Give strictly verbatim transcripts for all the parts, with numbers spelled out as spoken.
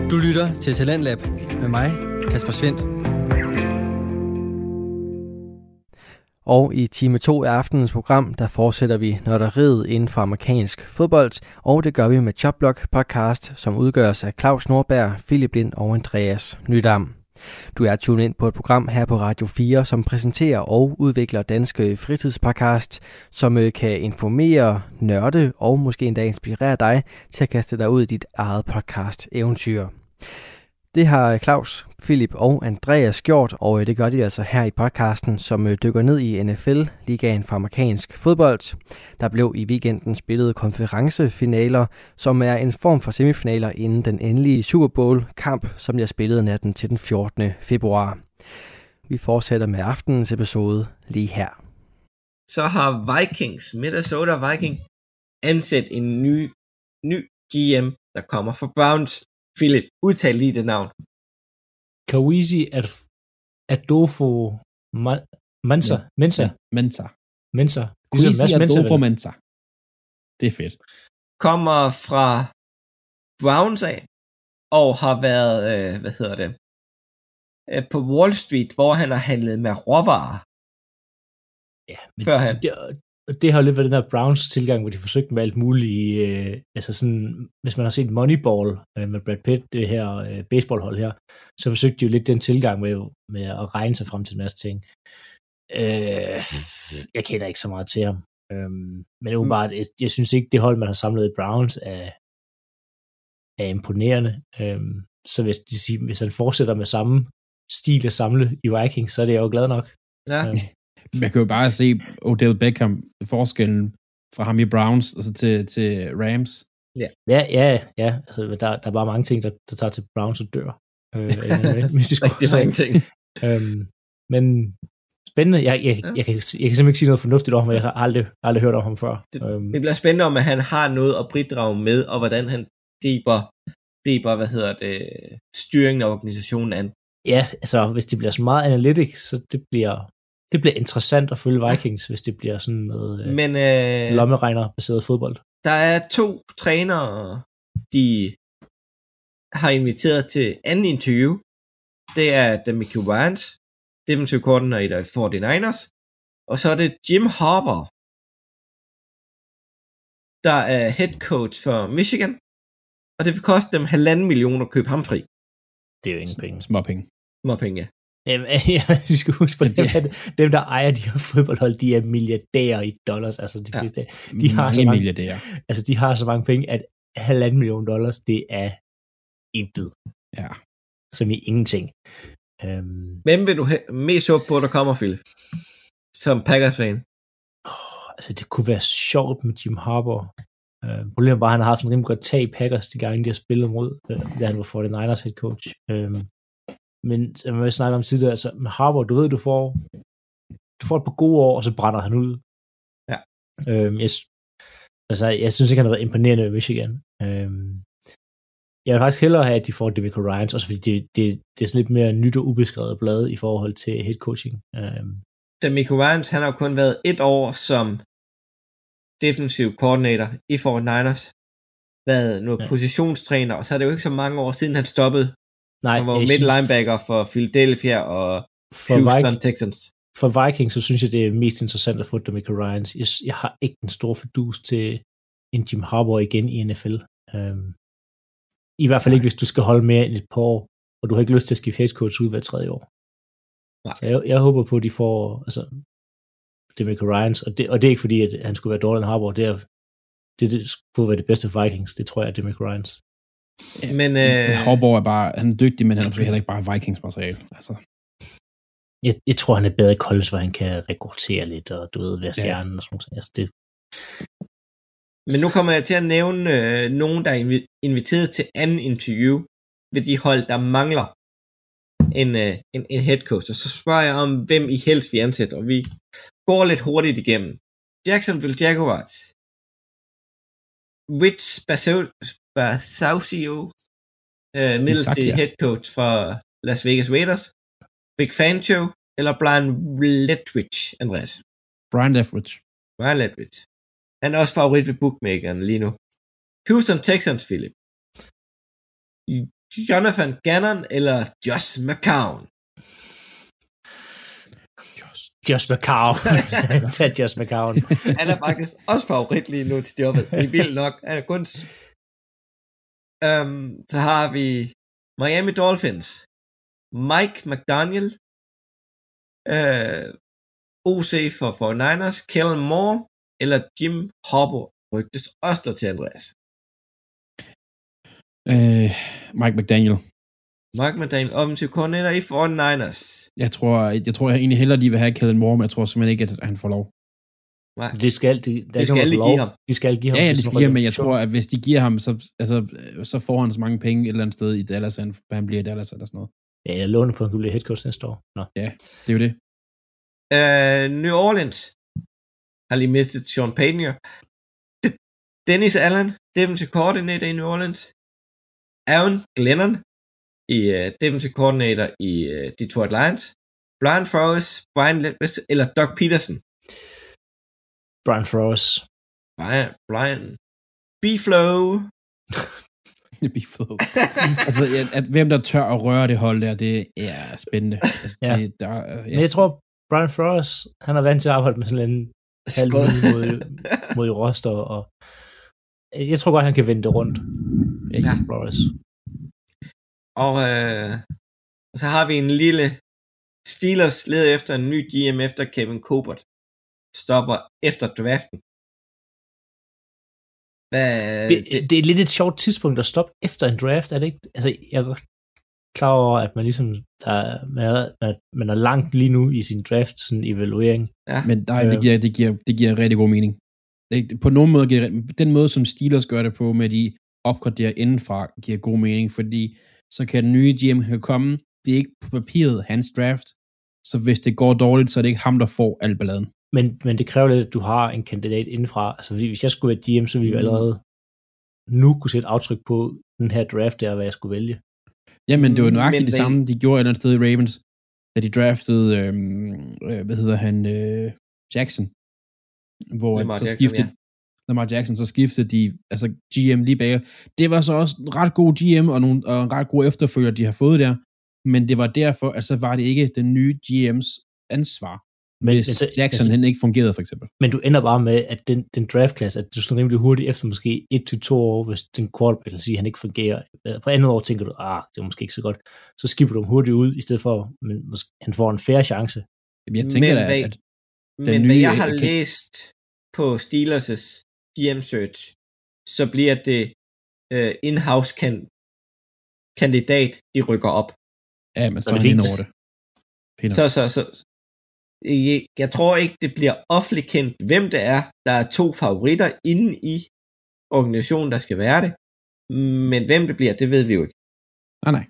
Du lytter til Talentlab med mig, Kasper Svendt. Og i time to af aftenens program, der fortsætter vi nørderiet inden for amerikansk fodbold, og det gør vi med Chopblock podcast, som udgøres af Claus Nordberg, Philip Lind og Andreas Nydam. Du er tunet ind på et program her på Radio fire, som præsenterer og udvikler danske fritidspodcast, som kan informere, nørde og måske endda inspirere dig til at kaste dig ud i dit eget podcast-eventyr. Det har Claus, Philip og Andreas gjort, og det gør de altså her i podcasten, som dykker ned i N F L-ligaen for amerikansk fodbold. Der blev i weekenden spillet konferencefinaler, som er en form for semifinaler inden den endelige Super Bowl-kamp, som jeg spillede natten til den fjortende februar. Vi fortsætter med aftenens episode lige her. Så har Vikings, Minnesota Vikings, ansat en ny, ny G M, der kommer fra Browns. Philip, udtal lige det navn. Kawisi Adolfo Mensa. Mensa. Mensa. Mensa. Kawisi Adolfo Mensa. Det er fedt. Kommer fra Browns af, og har været, øh, hvad hedder det, øh, på Wall Street, hvor han har handlet med råvarer. Ja, men førhen. Det, det har jo lidt været den der Browns tilgang, hvor de forsøgte med alt muligt, øh, altså sådan, hvis man har set Moneyball øh, med Brad Pitt, det her øh, baseballhold her, så forsøgte de jo lidt den tilgang med, med at regne sig frem til en masse ting. Øh, jeg kender ikke så meget til ham, øh, men det er bare, jeg, jeg synes ikke, det hold, man har samlet i Browns, er, er imponerende. Øh, så hvis, de, hvis han fortsætter med samme stil at samle i Vikings, så er det jeg jo glad nok. Ja. Øh, Man kan jo bare se Odell Beckham, forskellen fra ham i Browns og så til, til Rams. Ja, ja, ja, ja. Altså, der, der er bare mange ting, der, der tager til Browns og dør. Øh, Rigtig mange ting. øhm, men spændende. Jeg, jeg, ja. jeg, kan, jeg kan simpelthen ikke sige noget fornuftigt om ham, jeg har aldrig, aldrig hørt om ham før. Det, øhm. det bliver spændende om, at han har noget at bidrage med, og hvordan han griber, griber hvad hedder det, styringen af organisationen an. Ja, altså hvis det bliver så meget analytics, så det bliver... Det bliver interessant at følge Vikings, hvis det bliver sådan noget Men, øh, lommeregner-baseret fodbold. Der er to trænere, de har inviteret til anden interview. Det er DeMeco Ryans, defensive coordinator i forty-niners, og så er det Jim Harbaugh, der er head coach for Michigan, og det vil koste dem halvanden million at købe ham fri. Det er jo ingen penge. Småpenge. Småpenge, ja. Jamen, ja, vi skal huske på det. Dem, dem, der ejer de her fodboldhold, de er milliardærer i dollars. Altså, de, ja. fleste, de har mange så mange milliardærer. Altså, de har så mange penge, at halvanden million dollars, det er intet. Ja. Som i ingenting. Um, Hvem vil du ha- mest håbe på, der kommer, Phil? Som Packers-fan? Oh, altså, det kunne være sjovt med Jim Harbaugh. Uh, problemet var, at han har haft en rimelig godt tag i Packers, de gange, de har spillet mod, uh, da han var forty-niners head coach. Um, Men som jeg snakker om tidligere, altså med Harbaugh, du ved, du får du får et par gode år, og så brænder han ud. Ja. Øhm, jeg, altså, jeg synes ikke, han har været imponerende i Michigan. Øhm, jeg vil faktisk hellere have, at de får DeMeco Ryans, også fordi det, det, det er sådan lidt mere nyt og ubeskrevet blad i forhold til head coaching. Øhm. DeMeco Ryans, han har kun været et år som defensive coordinator i forty-niners, været noget ja. positionstræner, og så er det jo ikke så mange år siden, han stoppede. Nej, han var midt linebacker for Philadelphia og for Houston Viking, Texans. For Vikings, så synes jeg, det er mest interessant at få DeMeco Ryans. Jeg, jeg har ikke en stor fordus til en Jim Harbaugh igen i N F L. Um, I hvert fald Nej. ikke, hvis du skal holde mere end et par år, og du har ikke lyst til at skifte head coach ud hver tredje år. Nej. Så jeg, jeg håber på, at de får altså, DeMeco Ryans, og det, og det er ikke fordi, at han skulle være dårligere end Harbaugh. Det, er, det, det skulle være det bedste for Vikings. Det tror jeg, at DeMeco Ryans. Ja, men øh... Harbaugh er bare, han er dygtig, men han er heller ikke bare Vikings materiale. Altså. Jeg, jeg tror, han er bedre i college, hvor han kan rekruttere lidt, og du ved, være stjernen ja. og sådan noget. Altså, det... Men nu kommer jeg til at nævne øh, nogen, der er inviteret til anden interview ved de hold, der mangler en, øh, en, en head coach. Og så spørger jeg om, hvem I helst vil ansætte, og vi går lidt hurtigt igennem. Jacksonville Jaguars. Rich Bisaccia, øh, midlertidig head coach for Las Vegas Raiders. Vic Fangio eller Brian Leftwich, Andreas? Brian Leftwich. Brian Leftwich. Han er også favorit ved bookmakeren lige nu. Houston Texans, Philip. Jonathan Gannon eller Josh McCown? Josh McCown. Tag Josh McCown. Han er faktisk også favorit lige nu til jobbet. Det er vildt nok. Han er kun... Um, så har vi Miami Dolphins. Mike McDaniel. Uh, O C for forty-niners. Kellen Moore. Eller Jim Harbaugh. Rygtes også der til Andreas. Uh, Mike McDaniel. Mike McDaniel, offensive coordinator i forty-niners. Jeg tror, jeg tror jeg egentlig hellere, de vil have Kellen Moore, men jeg tror simpelthen ikke, at han får lov. Nej. Det skal de, der det skal alle give ham. De skal give ham. Ja, ja, de skal give ham, men jeg tror, at hvis de giver ham, så, altså, så får han så mange penge et eller andet sted i Dallas, han, han bliver i Dallas eller sådan noget. Ja, jeg låner på, at han kan blive head coach næste år. Nå. Ja, det er jo det. Uh, New Orleans har lige mistet Sean Payton. Dennis Allen, defensive coordinator i New Orleans. Aaron Glennon, i uh, defensive coordinator i uh, Detroit Lions. Brian Flores, Brian Ledwes eller Doug Peterson. Brian Flores. Brian, Brian B-Flow. B-Flow. altså, at, at hvem der tør at røre det hold der, det er spændende. Altså, ja. det, der, ja. Men jeg tror, Brian Flores, han er vant til at arbejde med sådan en halv mod, mod roster, og jeg tror godt, han kan vende det rundt. Ja. Flores. Og øh, så har vi en lille Steelers leder efter en ny G M efter Kevin Colbert stopper efter draften. Hvad, det, det, det er lidt et sjovt tidspunkt at stoppe efter en draft, er det ikke? Altså, jeg er godt klar over, at man ligesom der, man, er, man er langt lige nu i sin draft, sådan evaluering. Ja. Men nej, det giver, det, giver, det giver rigtig god mening. Det, på nogen måde giver den måde, som Steelers gør det på, med de opgraderer indenfra, giver god mening, fordi så kan den nye G M komme. Det er ikke på papiret hans draft, så hvis det går dårligt, så er det ikke ham, der får al balladen. Men, men det kræver lidt, at du har en kandidat indenfra. Altså, fordi hvis jeg skulle være G M, så ville jeg allerede nu kunne sætte aftryk på den her draft der, hvad jeg skulle vælge. Jamen, det var nøjagtigt men, det samme, de gjorde et eller andet sted i Ravens, da de draftede, øhm, øh, hvad hedder han, øh, Jackson, hvor Lamar så Jackson, skiftede, ja. Lamar Jackson, så skiftede de, altså G M lige bag. Det var så også en ret god G M, og, nogle, og en ret god efterfølger, de har fået der, men det var derfor, at så var det ikke den nye G M's ansvar, men, hvis men så, Jackson altså, han ikke fungerede, for eksempel. Men du ender bare med, at den, den draftklasse, at du sådan rimelig hurtigt efter måske et til to år, hvis den quarterback, eller sige, han ikke fungerer. På andet år tænker du, ah, det er måske ikke så godt. Så skipper du ham hurtigt ud, i stedet for, men måske, han får en fair chance. Jamen, jeg tænker men, da, hvad, at men nye, hvad jeg har kan... læst på Steelers' G M search, så bliver det uh, in-house kan, kandidat, de rykker op. Ja, men så er han over det. Så, så, så, jeg tror ikke, det bliver offentligt kendt, hvem det er. Der er to favoritter inde i organisationen, der skal være det. Men hvem det bliver, det ved vi jo ikke. Ah, nej.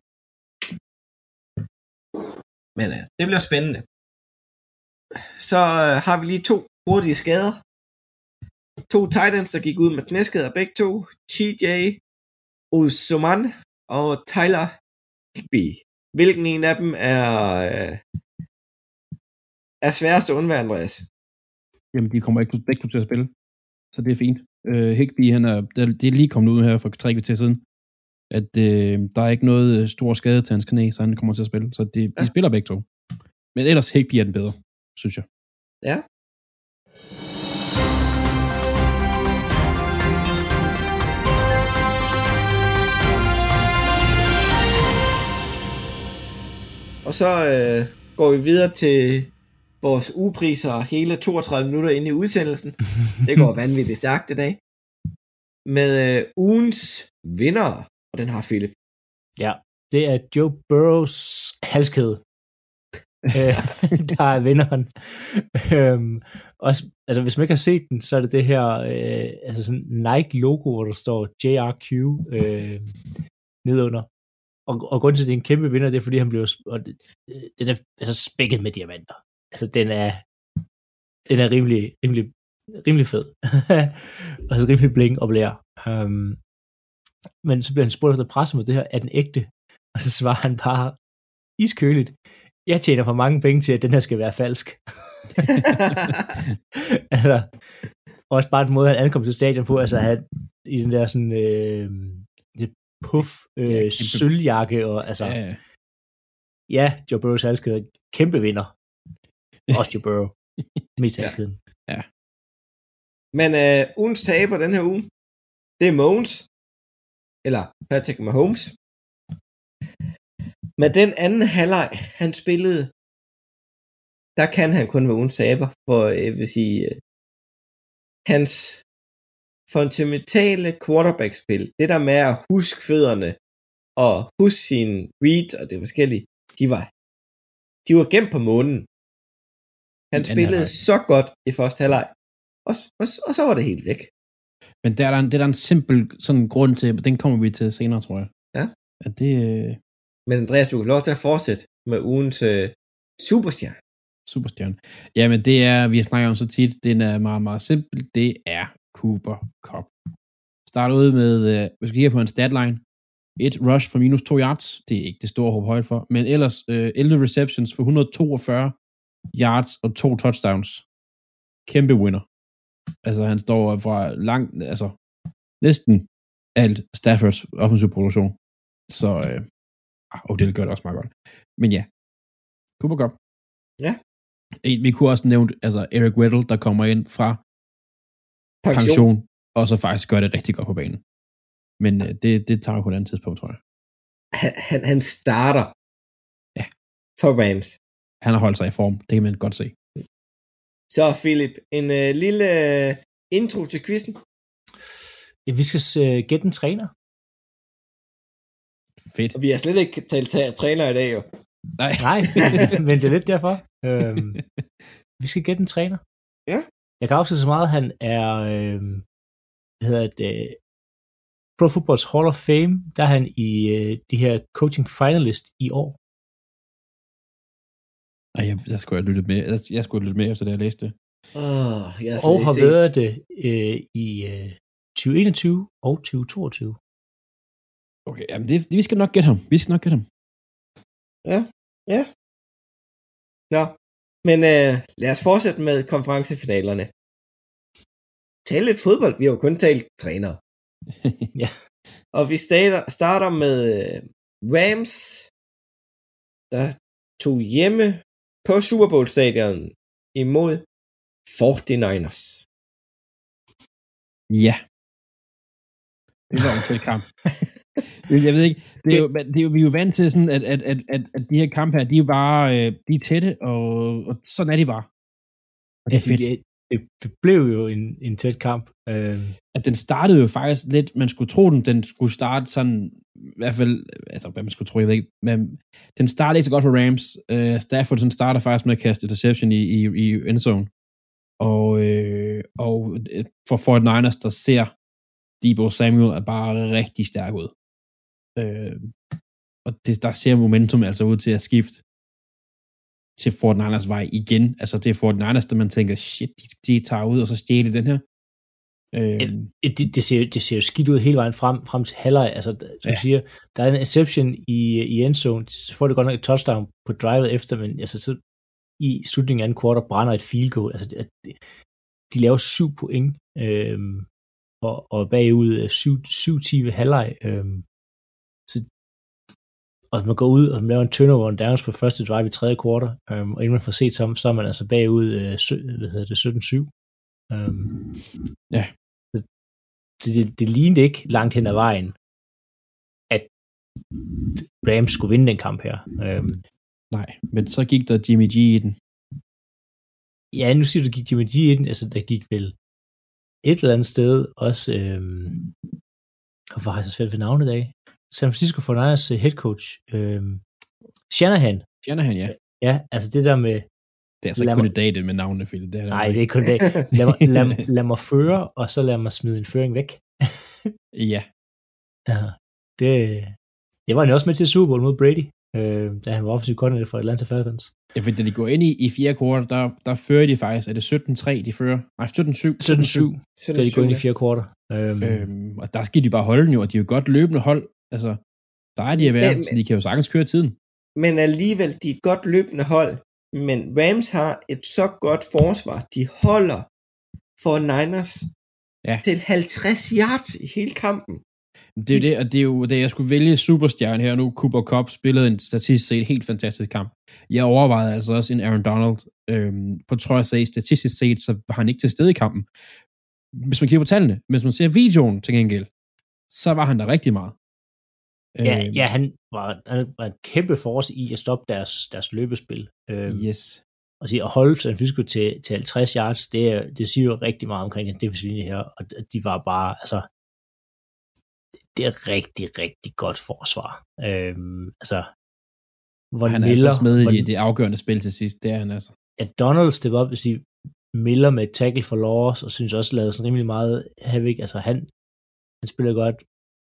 Men ja, det bliver spændende. Så øh, har vi lige to hurtige skader. To Titans, der gik ud med knæskader begge to. T J Osuman og Tyler Higbee. Hvilken en af dem er... Øh, er sværest at undvære, Andreas? Jamen, de kommer ikke begge til at spille, så det er fint. Uh, Higbee, han er, det er lige kommet ud her for tre kvarter siden, at uh, der er ikke noget stor skade til hans knæ, så han kommer til at spille, så de, ja. de spiller begge to. Men ellers Higbee er den bedre, synes jeg. Ja. Og så øh, går vi videre til vores ugepriser hele toogtredive minutter inde i udsendelsen. Det går vanvittigt sagt i dag. Med øh, ugens vinder, og den har Philip. Ja, det er Joe Burrows halskæde, der er vinderen. øhm, også, altså, hvis man ikke har set den, så er det det her øh, altså sådan Nike-logo, hvor der står J R Q øh, nedunder. Og, og grunden til, at det er en kæmpe vinder, det er, fordi han blev... Og det, den er altså spækket med diamanter. Altså, den er, den er rimelig, rimelig, rimelig fed. Altså, rimelig bling og blære. Um, men så bliver han spurgt efter pressen mod det her, er den ægte? Og så svarer han bare iskøligt, jeg tjener for mange penge til, at den her skal være falsk. Altså, også bare den måde, han ankom til stadion på, altså han, i den der sådan, øh, det puff, øh, Ja, ja, kæmpe- sølvjakke, og altså, Ja, ja, ja. ja Joe Burrows halskæde, kæmpe vinder. Også Joe Burrow. Mest halskæden. Ja. Men øh, ugens taber den her uge, det er Mahomes, eller Patrick Mahomes. Med den anden halvleg, han spillede, der kan han kun være ugens taber, for jeg vil sige, øh, hans fundamentale quarterback-spil, det der med at huske fødderne, og huske sine reads, og det forskellige, de var, de var gemt på månen. Han I spillede anden så godt i første halvleg, og, og, og så var det helt væk. Men der er der en, det er der en simpel sådan grund til, den kommer vi til senere, tror jeg. Ja. At det øh, Men Andreas, du kan lov til at fortsætte med ugens øh, superstjerne. superstjerne. Jamen det er, vi har snakket om så tit, den er meget, meget simpel. Det er Cooper Kupp. Starter ud med, øh, hvis vi kigger på en statline, et rush for minus to yards, det er ikke det store håb højt for, men ellers øh, elleve receptions for et hundrede og toogfyrre yards og to touchdowns. Kæmpe winner. Altså han står fra langt, altså næsten alt Staffords offensiv produktion. Så, øh, og det gør det også meget godt. Men ja, Cooper Kupp. Ja. Vi kunne også nævne, altså Eric Weddle, der kommer ind fra Pension. pension, og så faktisk gør det rigtig godt på banen. Men øh, det, det tager vi på et andet tidspunkt, tror jeg. Han, han, han starter Ja. for Rams. Han har holdt sig i form, det kan man godt se. Så Philip, en øh, lille øh, intro til quizzen. Ja, vi skal uh, gætte en træner. Fedt. Og vi har slet ikke talt til træner i dag, jo. Nej. Nej, men det er lidt derfor. Øhm, vi skal gætte en træner. Ja. Jeg kan afsløre så meget, at han er øhm, hvad hedder det, Pro Football Hall of Fame, der er han i øh, de her coaching finalist i år. Ej, jeg, jeg skulle have lyttet med. Jeg, jeg skulle have lyttet med efter det, jeg læste. Oh, jeg har Og slet har ikke set. været det øh, i øh, tyve enogtyve og tyve toogtyve. Okay, jamen det, vi skal nok gætte ham. Vi skal nok gætte ham. Ja, ja. Nå, men øh, lad os fortsætte med konferencefinalerne. Tale lidt fodbold, vi har jo kun talt træner. Ja. Og vi starter, starter med øh, Rams, der tog hjemme på Super Bowl stadion imod forty-niners. Ja. Det var en tæt kamp. Jeg ved ikke, det er jo, det er jo, vi er jo vant til sådan, at, at, at, at, at de her kampe her, de er jo bare, øh, de er tætte, og, og sådan er de bare. Og det er Altså, fedt. det, det blev jo en, en tæt kamp. Øh, At den startede jo faktisk lidt, man skulle tro den, den skulle starte sådan, i hvert fald, altså hvad man skulle tro, jeg ved ikke, men den startede ikke så godt for Rams. Uh, Stafford, den starter faktisk med at kaste interception i, i, i endzone. Og, øh, og for forty-niners, der ser Deebo Samuel er bare rigtig stærk ud. Øh, og det, der ser momentum altså ud til at skifte til forty-niners vej igen. Altså det er forty-niners, der man tænker, shit, de, de tager ud og så stjæler den her. Øh, det, det, ser, det ser jo skidt ud hele vejen frem, frem til halvleg. Altså, som ja. siger, der er en interception i, i endzone, så får det godt nok et touchdown på drivet efter, men altså, så i slutningen af en quarter brænder et field goal. Altså, det, de laver syv point, øhm, og, og bagud syv ti ved halvleg. Øhm, så, og man går ud, og man laver en turnover and downs på første drive i tredje quarter, øhm, og inden man får set, så, så er man altså bagud øh, sø, hvad hedder det, sytten syv. Øhm, ja. Så det, det lignede ikke langt hen ad vejen, at Rams skulle vinde den kamp her. Øhm, Nej, men så gik der Jimmy G i den. Ja, nu siger du, der gik Jimmy G i den, altså der gik vel et eller andet sted også, øhm, hvorfor har jeg så svært ved navnet i dag? San Francisco forty-niners head coach, øhm, Shanahan. Shanahan, ja. Ja, altså det der med... Det er altså ikke kun i dag, det med navnene, Philip. Det er nej, det er ikke kun i dag. Lad mig, lad, lad mig føre, og så lad mig smide en føring væk. Ja. Ja, det, det var han også med til Super Bowl mod Brady, øh, da han var offensiv koordinator for Atlanta Falcons. Ja, for da de går ind i, i fjerde quarter, der, der fører de faktisk, er det sytten tre, de fører? Nej, sytten syv. sytten syv, da de går ind i fjerde quarter. Øhm, øhm, og der skal de bare holde den jo, og de er jo godt løbende hold. Altså, der er de at være, men, så de kan jo sagtens køre tiden. Men alligevel, de er godt løbende hold. Men Rams har et så godt forsvar. De holder for Niners ja. til halvtreds yards i hele kampen. Det er jo det, og det er jo, da jeg skulle vælge superstjerne her nu, Cooper Kupp spillede en statistisk set helt fantastisk kamp. Jeg overvejede altså også en Aaron Donald, øhm, på trods af statistisk set, så var han ikke til stede i kampen. Hvis man kigger på tallene, hvis man ser videoen til gengæld, så var han der rigtig meget. Ja, øhm, ja han, var, han var en kæmpe force i at stoppe deres, deres løbespil. Øhm, yes. Og sige, at holde San Francisco til, til halvtreds yards, det, det siger jo rigtig meget omkring den defensive linje her, og de var bare, altså, det er rigtig, rigtig godt forsvar. Øhm, altså, hvor han er Miller, altså med i hvor, det, det afgørende spil til sidst, det er han altså. Ja, Donald steppede op, vil sige, Miller med et tackle for loss, og synes også lavede sådan rimelig meget havoc, altså han, han spiller godt.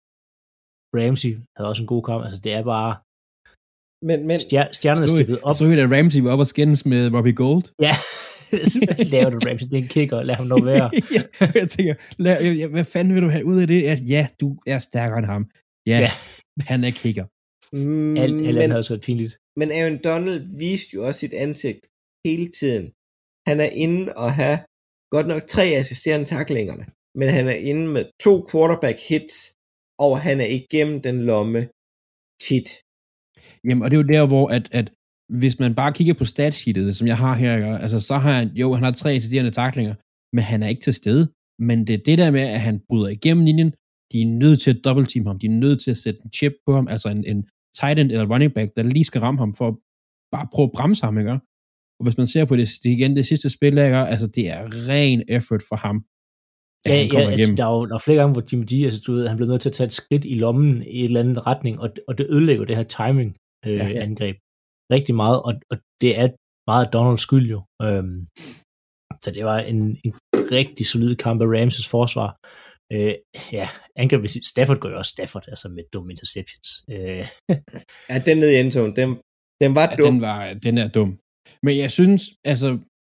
Ramsey havde også en god kamp, altså det er bare, Men, men stjer- stjernerne steppede op. Så højt, at Ramsey var op og skændes med Robbie Gold. Ja, hvad laver du, Ramsey? Det er en kicker, lad ham nå være. Ja, jeg tænker, lad, jeg, hvad fanden vil du have ud af det? At ja, du er stærkere end ham. Ja, Ja. han er kicker. mm, Alt, alt men, andet havde også været pinligt. men Aaron Donald viste jo også sit ansigt hele tiden. Han er inde og have godt nok tre assisterende tacklingerne, men han er inde med to quarterback hits, og han er igennem den lomme tit. Jamen, og det er jo der, hvor at, at hvis man bare kigger på statsheetet, som jeg har her, ikke? Altså, så har han, jo, han har tre assisterende tacklinger, men han er ikke til stede. Men det er det der med, at han bryder igennem linjen, de er nødt til at dobbeltteam ham, de er nødt til at sætte en chip på ham, altså en, en tight end eller running back, der lige skal ramme ham for at bare prøve at bremse ham, ikke? Og hvis man ser på det, det igen, det sidste spil, ikke? Altså, det er ren effort for ham. Ja, ja altså, der, er jo, der er flere gange, hvor Jimmy G, altså, du ved, han blev nødt til at tage et skridt i lommen i et eller andet retning, og, og det ødelægger det her timing-angreb øh, ja, ja. rigtig meget, og, og det er meget Donalds skyld jo. Øhm, så det var en, en rigtig solid kamp af Ramses forsvar. Øh, ja, angreb, Stafford gør jo også Stafford, altså med dumme interceptions. Øh. Ja, den nede i endzone, den, den var ja, dum. Den, var, den er dum. Men jeg synes, altså,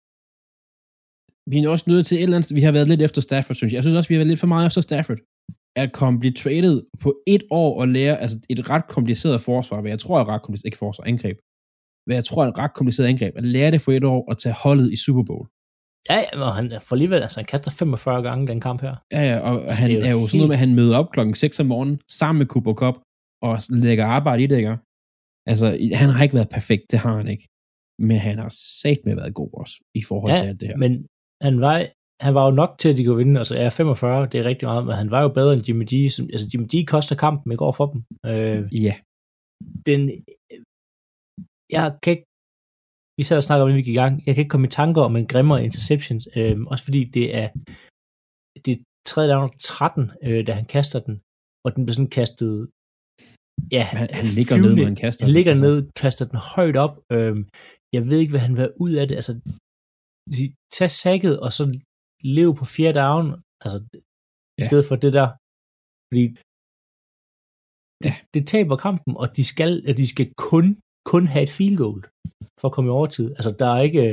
vi er også nødt til et eller andet, vi har været lidt efter Stafford, synes jeg. Jeg synes også, vi har været lidt for meget efter Stafford. At komme blive traded på et år og lære, altså et ret kompliceret forsvar, hvad jeg tror er ret kompliceret, ikke forsvar, angreb, hvad jeg tror er et ret kompliceret angreb, at lære det på et år og tage holdet i Super Bowl. Ja, og han får alligevel, altså han kaster femogfyrre gange den kamp her. Ja, ja, og altså, han er jo, er jo sådan noget med, at han møder op klokken seks om morgenen, sammen med Cooper Kupp, og lægger arbejde i det, ikke? Altså, han har ikke været perfekt, det har han ikke. Men han har sat med været god også, i forhold ja, til alt det her. Men han var, han var jo nok til, at de kunne vinde, altså er femogfyrre, det er rigtig meget, men han var jo bedre end Jimmy G, som, altså Jimmy G koster kampen, ikke over for dem. Øh, ja. Den, jeg kan ikke, vi sad og snakker om, at vi gik i gang, jeg kan ikke komme i tanker om en grimmere interception, øh, også fordi det er, det er tredje down tretten, øh, da han kaster den, og den bliver sådan kastet, ja, han, han ligger ned, når han kaster han den. ligger ned, kaster den højt op, øh, jeg ved ikke, hvad han vil ud af det, altså, tag sækket, og så leve på fjerde down, altså, ja. I stedet for det der, fordi det, ja. det taber kampen, og de skal, og de skal kun, kun have et field goal, for at komme i overtid, altså, der er ikke,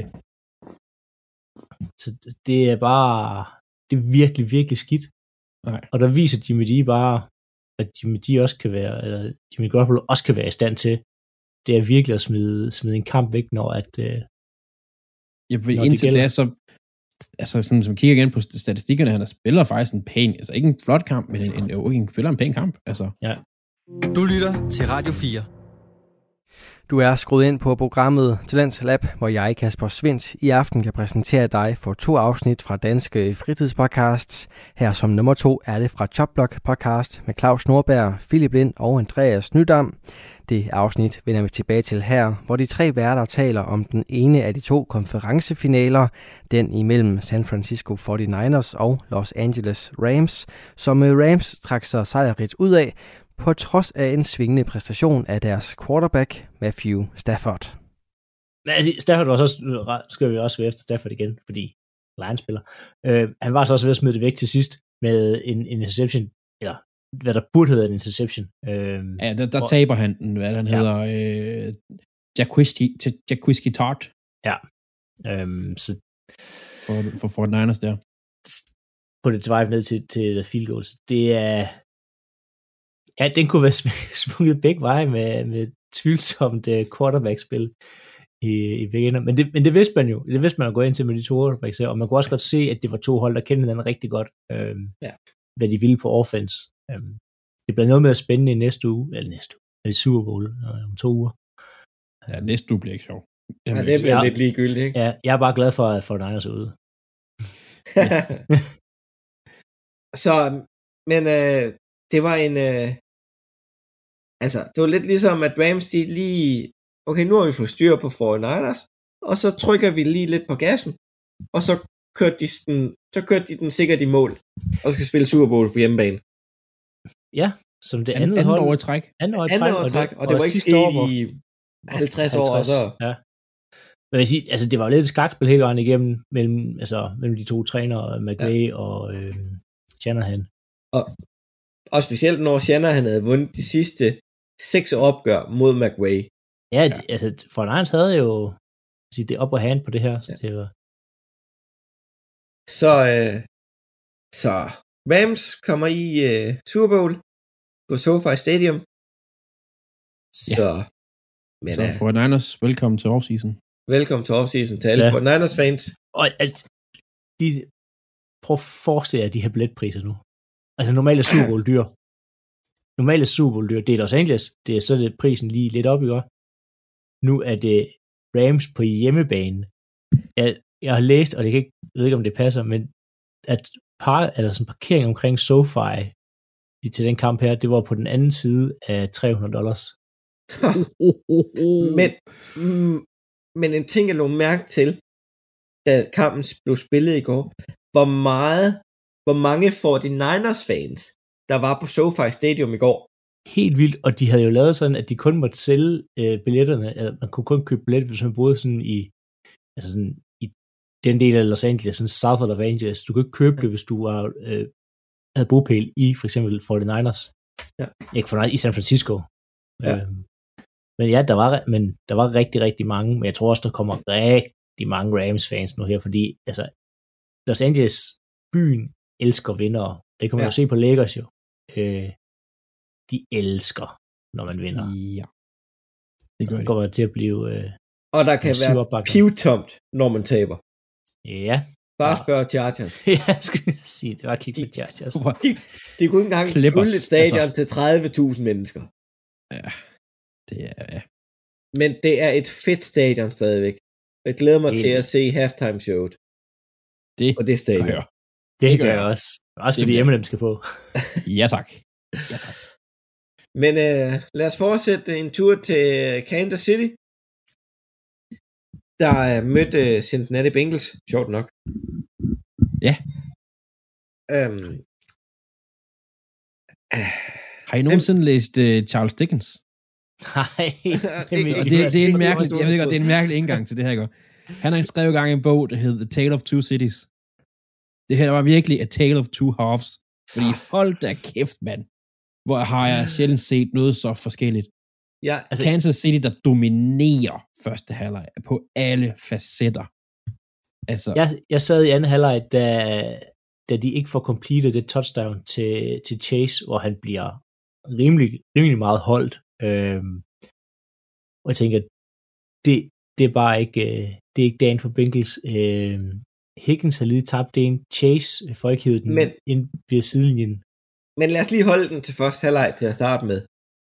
så det er bare, det er virkelig, virkelig skidt, nej. Og der viser Jimmy G bare, at Jimmy G også kan være, eller Jimmy Garoppolo også kan være i stand til, det er virkelig at smide, smide en kamp væk, når at, ja, for indtil det, det er så, altså sådan, som kigger igen på statistikkerne, han spiller faktisk en pæn, altså ikke en flot kamp, men en, en, en, en spiller en pæn kamp, altså. Ja. Du lytter til Radio fire. Du er skruet ind på programmet Talents Lab, hvor jeg, Kasper Svindt, i aften kan præsentere dig for to afsnit fra Danske Fritidspodcasts. Her som nummer to er det fra Chopblock podcast med Claus Nordberg, Philip Lind og Andreas Nydam. Det afsnit vender vi tilbage til her, hvor de tre værter taler om den ene af de to konferencefinaler, den imellem San Francisco forty-niners og Los Angeles Rams, som Rams trak sig sejrigt ud af, på trods af en svingende præstation af deres quarterback, Matthew Stafford. Men altså, Stafford var så, skal vi også være efter Stafford igen, fordi Lions spiller. Øh, han var så også ved at smide det væk til sidst med en, en interception, eller hvad der burde hedde en interception. Øh, ja, der, der og, taber han den, hvad han ja. hedder, øh, Jaquiski Tart. Ja. Øh, så, for, for forty-niners der. På det drive ned til, til field goals. Det er ja, den kunne være smuglet begge veje med, med tvivlsomt uh, quarterback-spil i, i begge ender. Men det, men det vidste man jo. Det vidste man at gå ind til med de to quarterbacks her, og man kunne også godt se, at det var to hold, der kendte den rigtig godt, øhm, ja. hvad de ville på offense. Øhm, det bliver noget mere spændende i næste uge, eller næste uge, eller i Super Bowl øh, om to uger. Ja, næste uge bliver ikke sjov. Ja, det bliver ja. lidt ligegyldigt, ikke? Ja, jeg er bare glad for, at forty-niners er ude. Så, men øh, det var en, øh, altså, det var lidt ligesom, at Rams, de lige, okay, nu har vi fået styr på forty-niners, og så trykker vi lige lidt på gassen, og så kørte de den, så kørte de den sikkert i mål, og skal spille Super Bowl på hjemmebane. Ja, som det andet, andet hold. år i træk. Andet år i Andet træk, år i træk, og, og det var ikke sket år, i halvtreds år, og så... Ja. Men jeg siger, altså det var jo lidt et skakspil hele vejen igennem, mellem, altså, mellem de to trænere, McVay ja. og øh, Shanahan. Og, og specielt når Shanahan havde vundet de sidste seks opgør mod McVay. Ja, ja. altså forty-niners havde jo sige, det upper hand på det her, så ja. det var... Så, øh, så Rams kommer i øh, Super Bowl på SoFi Stadium. Så, ja. men, så forty-niners, velkommen til offseason. Velkommen til offseason til alle ja. forty-niners fans. Og altså, de, prøv at forestille jer de her billetpriser nu. Altså normalt er Super Bowl dyr. Normalt er Super Bowl dyr. Det er Los Angeles, det er så det prisen lige lidt op, ikke? Nu er det Rams på hjemmebane. Jeg, jeg har læst, og det kan ikke, jeg ved ikke, om det passer, men at par, altså sådan parkering omkring SoFi til den kamp her, det var på den anden side af tre hundrede dollars. men, mm, men en ting, jeg lå mærke til, da kampen blev spillet i går, hvor meget, hvor mange forty-niners fans, der var på SoFi Stadium i går. Helt vildt, og de havde jo lavet sådan, at de kun måtte sælge øh, billetterne, altså man kunne kun købe billetter, hvis man boede sådan i, altså sådan i den del af Los Angeles, sådan south of Los Angeles. Du kunne ikke købe det, hvis du var, øh, havde bopæl i for eksempel forty-niners. Ja. Ikke for i San Francisco. Ja. Øh, men ja, der var, men der var rigtig, rigtig mange, men jeg tror også, der kommer rigtig mange Rams-fans nu her, fordi altså, Los Angeles, byen, elsker vindere. Det kan man ja. jo se på Lakers jo. Øh, de elsker, når man vinder. Ja. Det så kommer det til at blive... Øh, og der kan være pivtomt, når man taber. Ja. Bare spørg Chargers. Ja, jeg skulle sige, det var at kigge på Chargers. De, de kunne ikke engang fylde et stadion altså. til tredive tusind mennesker. Ja, det er... Ja. Men det er et fedt stadion stadigvæk. Jeg glæder mig det. til at se halftime showet. Det på det stadion. Det, det gør jeg også. Også det fordi Eminem skal på. Ja tak. Ja tak. Men øh, lad os fortsætte en tur til Kansas City. Der er mødt øh, Cincinnati Bengals. Sjovt nok. Ja. Øhm, øh, Har I nogensinde dem... læst uh, Charles Dickens? Nej. det, det, det, er en mærkelig, jeg ved godt, det er en mærkelig indgang til det her. Går. Han har skrevet gang en bog, der hedder The Tale of Two Cities. Det her var virkelig A Tale of Two Halves. Fordi hold da kæft, mand. Hvor har jeg sjældent set noget så forskelligt. Ja, altså, Kansas City, der dominerer første halvleg på alle facetter. Altså, jeg, jeg sad i anden halvleg, da, da de ikke får completed det touchdown til, til Chase, hvor han bliver rimelig, rimelig meget holdt. Øhm, og jeg tænker, det, det er bare ikke, det er ikke dagen for Bengals. Øhm, Higgins har lige tabt en. Chase får ikke hævet den men, ind via sidelinjen. Men lad os lige holde den til første halvleg til at starte med.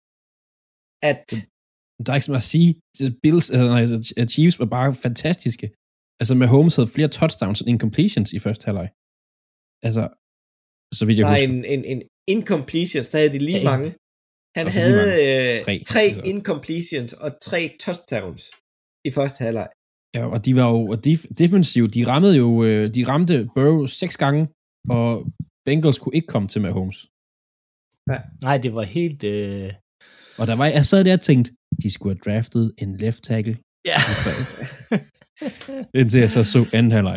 At der er ikke så meget at sige. Bills, uh, Chiefs var bare fantastiske. Altså Mahomes havde flere touchdowns end incompletions i første halvleg. Altså, så vidt jeg husker. Nej, en, en, en incompletions, der havde de lige ja, mange. Han havde øh, tre, tre incompletions og tre touchdowns i første halvleg. Ja, og de var jo def- defensive. De rammede jo, øh, de ramte Burrow seks gange, og Bengals kunne ikke komme til Mahomes. Ja. Nej, det var helt... Øh... Og der var, jeg sad der og tænkte, de skulle have draftet en left tackle. Ja. Indtil jeg så så anden halvleg.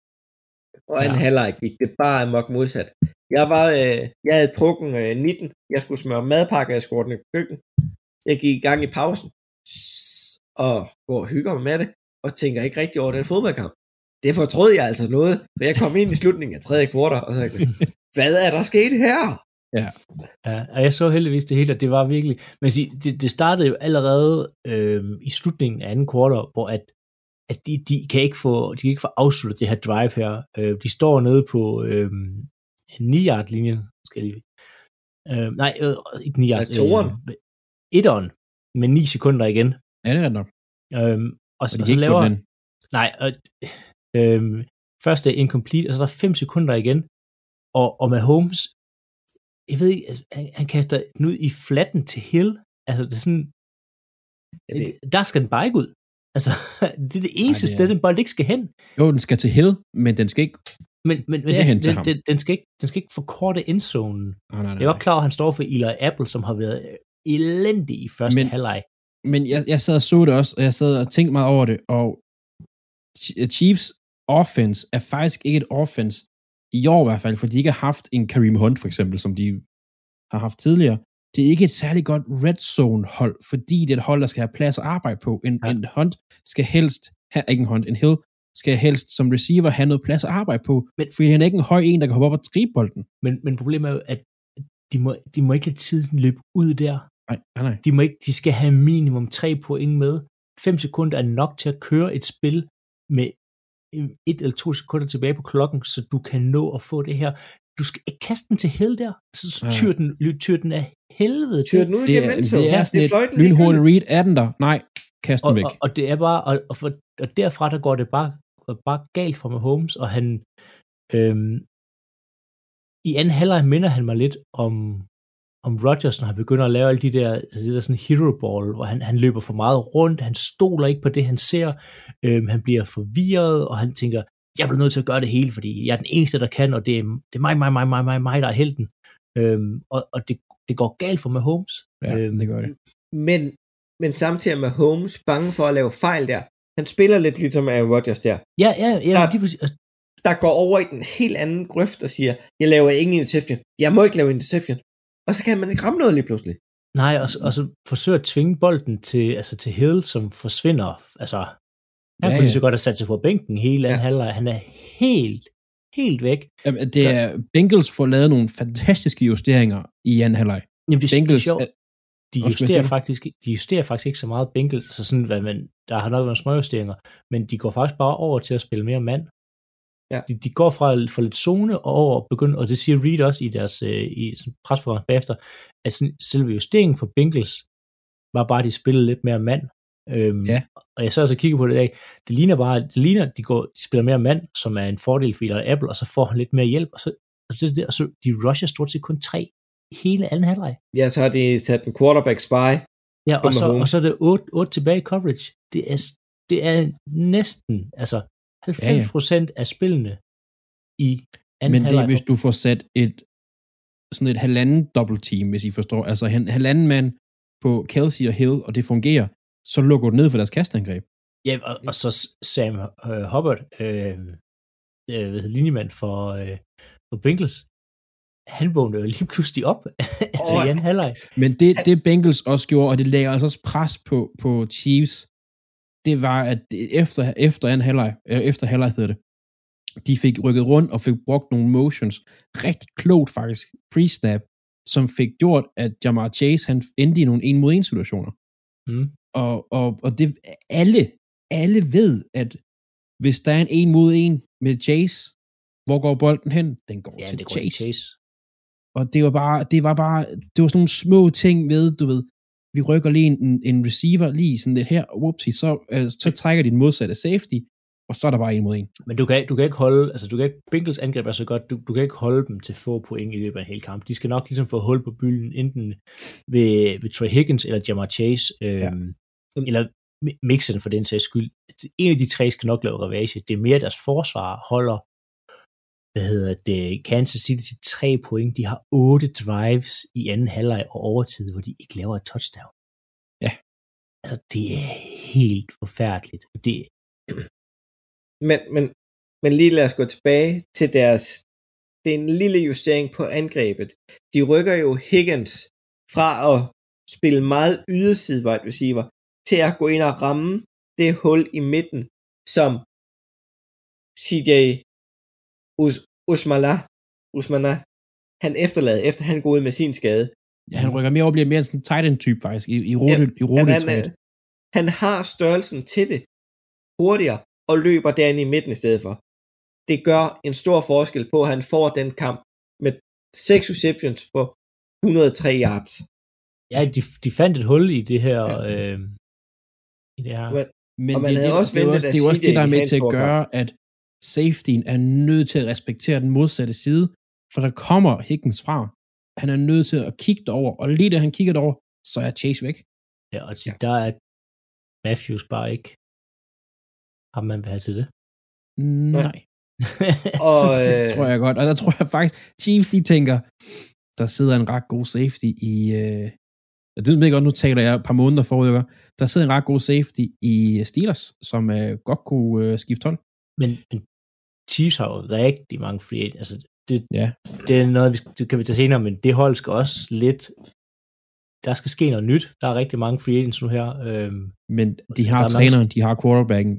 Og anden ja. halvleg gik det bare amok modsat. Jeg var, øh, jeg havde trukken øh, nitten. Jeg skulle smøre madpakker, jeg skårte den i køkken. Jeg gik i gang i pausen. Og går og hygger mig med det. Og tænker ikke rigtig over den fodboldkamp. Det fortrød jeg altså noget. For jeg kom ind i slutningen af tredje kvartal, og så tænkte, hvad er der sket her? Ja. Ja, og jeg så heldigvis det hele, og det var virkelig... Men det, det startede jo allerede øh, i slutningen af anden kvartal, hvor at, at de, de, kan ikke få, de kan ikke få afsluttet det her drive her. Øh, de står nede på øh, ni-yard-linjen, skal de, Øh, nej, øh, ikke ni yards. Ja, toeren. Øh, etteren med ni sekunder igen. Ja, det er ret nok. Øhm, og, Og de og kan så ikke laver... få den. Nej, og, øhm, først er incomplete, og så er der fem sekunder igen. Og, og med Holmes, jeg ved ikke, han, han kaster den ud i flatten til Hill. Altså, det er sådan... Ja, det... Der skal den bare ikke ud. Altså, det er det eneste Ej, det er... sted, den bold ikke skal hen. Jo, den skal til Hill, men den skal ikke... Men, men, men den, den, den, den, skal ikke, den skal ikke forkorte endzonen. Oh, nej, nej, jeg er godt klar, at han står for Eli Apple, som har været elendig i første men, halvleg. Men jeg, jeg sad og så det også, og jeg sad og tænkte meget over det, og Chiefs offense er faktisk ikke et offense i år i hvert fald, for de ikke har haft en Kareem Hunt for eksempel, som de har haft tidligere. Det er ikke et særligt godt red zone hold, fordi det er et hold, der skal have plads at arbejde på. En, ja. en Hunt skal helst have, ikke en Hunt, en Hill skal helst som receiver have noget plads at arbejde på, men, fordi han er ikke en høj en, der kan hoppe op og gribe bolden. Men, men problemet er jo, at de må, de må ikke lade tiden løbe ud der. Nej, nej, nej. De, må ikke, de skal have minimum tre point med. Fem sekunder er nok til at køre et spil med et eller to sekunder tilbage på klokken, så du kan nå at få det her. Du skal ikke kaste den til Hill der. Så tyr den, tyr den af helvede til. Tyr den ud det, igennem er, det er sådan det et lynhurtigt read. Er den der? Nej, kast den og, væk. Og, og det er bare, og, og, for, og derfra der går det bare, bare galt for Mahomes, og han øhm, i anden halvleg minder han mig lidt om om Rodgers, når han begynder at lave alle de der, altså det der sådan hero ball, hvor han, han løber for meget rundt, han stoler ikke på det, han ser, øhm, han bliver forvirret, og han tænker, jeg bliver nødt til at gøre det hele, fordi jeg er den eneste, der kan, og det er, det er mig, mig, mig, mig, mig, mig, der er helten. Øhm, og og det, det går galt for Mahomes. Ja, øhm, det gør det. Men, men samtidig er Mahomes bange for at lave fejl der. Han spiller lidt ligesom Aaron Rodgers der. Ja, ja, ja. Der, de, der går over i den helt anden grøft og siger, jeg laver ingen interception. Jeg må ikke lave interception. Og så kan man ikke ramme noget lige pludselig. Nej, og, og så forsøger at tvinge bolden til, altså til Hill, som forsvinder. Altså, han ja, kunne lige så godt have sat sig på bænken hele anden ja. halvleg. Han er helt, helt væk. Jamen, det er, Bengals får lavet nogle fantastiske justeringer i anden halvleg. Jamen, det, Bengals, det er sjovt. De justerer, faktisk, de justerer faktisk ikke så meget Bengals, altså sådan, hvad man, der har nok været små justeringer, men de går faktisk bare over til at spille mere mand. Ja. De, de går fra, fra lidt zone og over og begynder, og det siger Reed også i deres øh, i presprogram bagefter, at sådan, selve justeringen for Bengals var bare, at de spillede lidt mere mand. Øhm, ja. Og jeg så altså kigger på det i dag, det ligner bare, det ligner, de, går, de spiller mere mand, som er en fordel for Eli Apple, og så får han lidt mere hjælp, og så, og så, og så de rusher stort set kun tre hele anden halvleg. Ja, så har de sat en quarterback spy. Ja, og så, og så er det otte, otte tilbage i coverage. Det er, det er næsten, altså halvfems procent ja, ja. af spillene i anden Men det halvleg. er, hvis du får sat et sådan et halvanden dobbeltteam, hvis I forstår, altså en halvanden mand på Kelsey og Hill, og det fungerer, så lukker du ned for deres kastangreb. Ja, og, og så Sam uh, Hubbard, øh, øh, linjemand for, øh, for Bengals, han vågnede jo lige pludselig op altså oh, i anden halvleg. Men det, det Bengals også gjorde, og det lagde altså også pres på, på Chiefs, det var, at efter, efter anden halvleg, efter halvleg hedder det, de fik rykket rundt og fik brugt nogle motions, rigtig klogt faktisk, pre-snap, som fik gjort, at Jamar Chase, han endte i nogle en mod en situationer. Mm. Og, og, og det, alle, alle ved, at hvis der er en en mod en med Chase, hvor går bolden hen? Den går, ja, til, det går Chase. til Chase. Og det var bare, det var bare, det var sådan nogle små ting ved, du ved, vi rykker lige en, en receiver lige sådan lidt her, og whoopsie, så, øh, så trækker de den modsatte safety, og så er der bare en mod en. Men du kan, du kan ikke holde, altså du kan ikke, Bengals angreb er så godt, du, du kan ikke holde dem til få point i løbet af en hel kamp. De skal nok ligesom få hul på bylden, enten ved, ved Trey Higgins eller Jamar Chase, øh, ja. eller Mixon for den sags skyld. En af de tre skal nok lave ravage. Det er mere deres forsvar holder, hvad hedder det, Kansas City til tre point. De har otte drives i anden halvleg og overtid, hvor de ikke laver et touchdown. Ja. Altså, det er helt forfærdeligt. Det Men, men, men lige lad os gå tilbage til deres, det er en lille justering på angrebet. De rykker jo Higgins fra at spille meget yderside wide receiver til at gå ind og ramme det hul i midten, som C J Us- Usmala, Usmana, han efterlader, efter han går ud med sin skade. Ja, han rykker mere over og bliver mere sådan en tight end type faktisk, i, i rute, ja, i rute han, han, han har størrelsen til det hurtigere, og løber derinde i midten i stedet for. Det gør en stor forskel på, at han får den kamp med seks receptions for hundrede og tre yards. Ja, de, de fandt et hul i det her... Ja. Øh, i det her. Men, Men og man det, havde det, også det, er ventet, også, at det er jo også C J det, der er med ville til at have en stor gøre, at safetyen er nødt til at respektere den modsatte side, for der kommer Higgins fra. Han er nødt til at kigge derover, og lige da han kigger derover, så er Chase væk. Ja, og ja. Der er Matthews bare ikke ham, man vil have til det. Nej. og, det tror jeg godt, og der tror jeg faktisk, Chiefs, de tænker, der sidder en ret god safety i, øh, jeg ved godt, nu taler jeg et par måneder forud, der sidder en ret god safety i Steelers, som øh, godt kunne øh, skifte hold. Men, men Chiefs har jo rigtig mange free agents, altså det, ja. det er noget, vi, det kan vi tage senere, men det hold skal også lidt, der skal ske noget nyt, der er rigtig mange free agents nu her. Øhm, men de har træneren, mange... de har quarterbacken.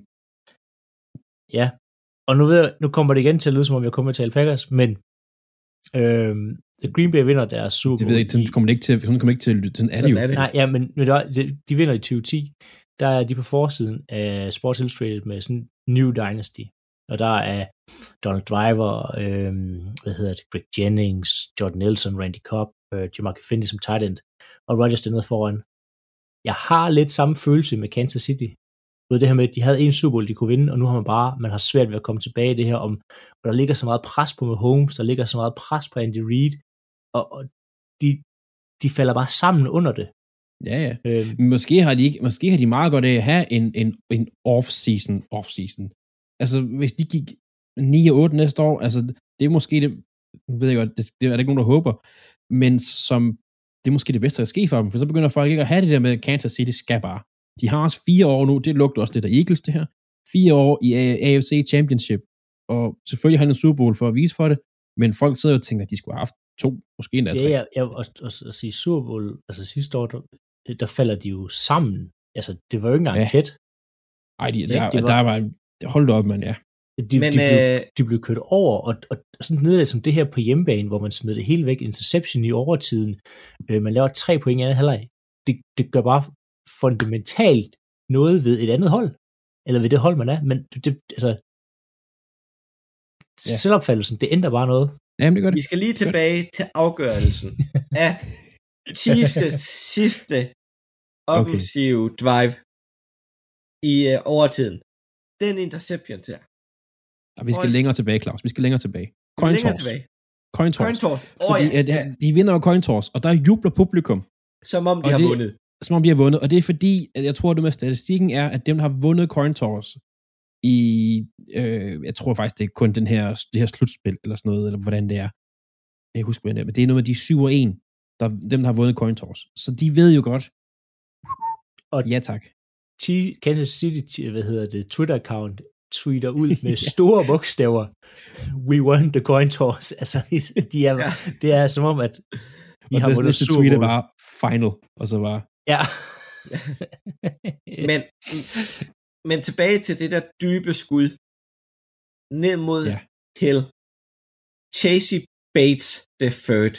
Ja, og nu, ved jeg, nu kommer det igen til at lyde, som om jeg kommer til at tale Packers, men øhm, The Green Bay vinder deres Super Bowl. Det ved jeg ikke, sådan kommer det ikke til, sådan kommer det ikke til, sådan er det jo. Nej, ja, men de, de vinder i tyve ti, der er de på forsiden af Sports Illustrated med sådan New Dynasty, og der er Donald Driver, øhm, hvad hedder det, Greg Jennings, Jordan Nelson, Randy Cobb, øh, Jamarcus Finney som tight end, og Rodgers dernede foran. Jeg har lidt samme følelse med Kansas City. Det her med, at de havde en Super Bowl, de kunne vinde, og nu har man bare, man har svært ved at komme tilbage i det her, om, og der ligger så meget pres på Mahomes, der ligger så meget pres på Andy Reid, og, og de, de falder bare sammen under det. Ja, ja. Øhm. Måske har de ikke, måske har de meget godt af at have en, en, en off-season, off-season. Altså, hvis de gik ni og otte næste år, altså, det er måske det, ved jeg godt, det, det er der ikke nogen, der håber, men som, det er måske det bedste, der sker for dem, for så begynder folk ikke at have det der med, Kansas City skal bare. De har også fire år nu, det lugter også lidt af Eagles, det her. Fire år i A F C Championship, og selvfølgelig har han en Super Bowl for at vise for det, men folk sidder og tænker, at de skulle have haft to, måske endda tre. Ja, ja, ja og, og, og sige Super Bowl, altså sidste år, der, der falder de jo sammen. Altså, det var jo ikke engang ja. tæt. Ej, de, der, det var, der var, hold da op, man, ja. De, men, de, blev, øh... de blev kørt over, og, og sådan nede som det her på hjemmebane, hvor man smed det hele væk, interception i overtiden, øh, man laver tre point i anden halvleg. Det, det gør bare fundamentalt noget ved et andet hold, eller ved det hold, man er, men det, altså, ja. Selvopfattelsen, det ændrer bare noget. Jamen, det gør det. Vi skal lige tilbage til afgørelsen af Chiefs' sidste offensive okay. drive i uh, overtiden. Den interception her. Og vi skal og... længere tilbage, Claus. Vi skal længere tilbage. Coin længere toss. tilbage. Coin toss. Coin toss. Oh, Fordi, ja. at, ja. De vinder jo coin toss, og der jubler publikum. Som om de har det, vundet. Som om de har vundet. Og det er fordi, at jeg tror, det med statistikken er, at dem, der har vundet coin toss i, øh, jeg tror faktisk, det er kun den her, det her slutspil, eller sådan noget, eller hvordan det er. Jeg husker, hvad det er, men det er noget med de syv og en, der, dem, der har vundet coin toss. Så de ved jo godt. Og ja, tak. Kansas City, hvad hedder det, Twitter-account, tweeter ud med store bogstaver, we won the coin toss. Altså, de er, ja. Det er som om, at vi og har vundet Super Bowl. Tweeter var final, og så var... Ja. men, men tilbage til det der dybe skud, ned mod ja. Hill. Chasey Bates the third.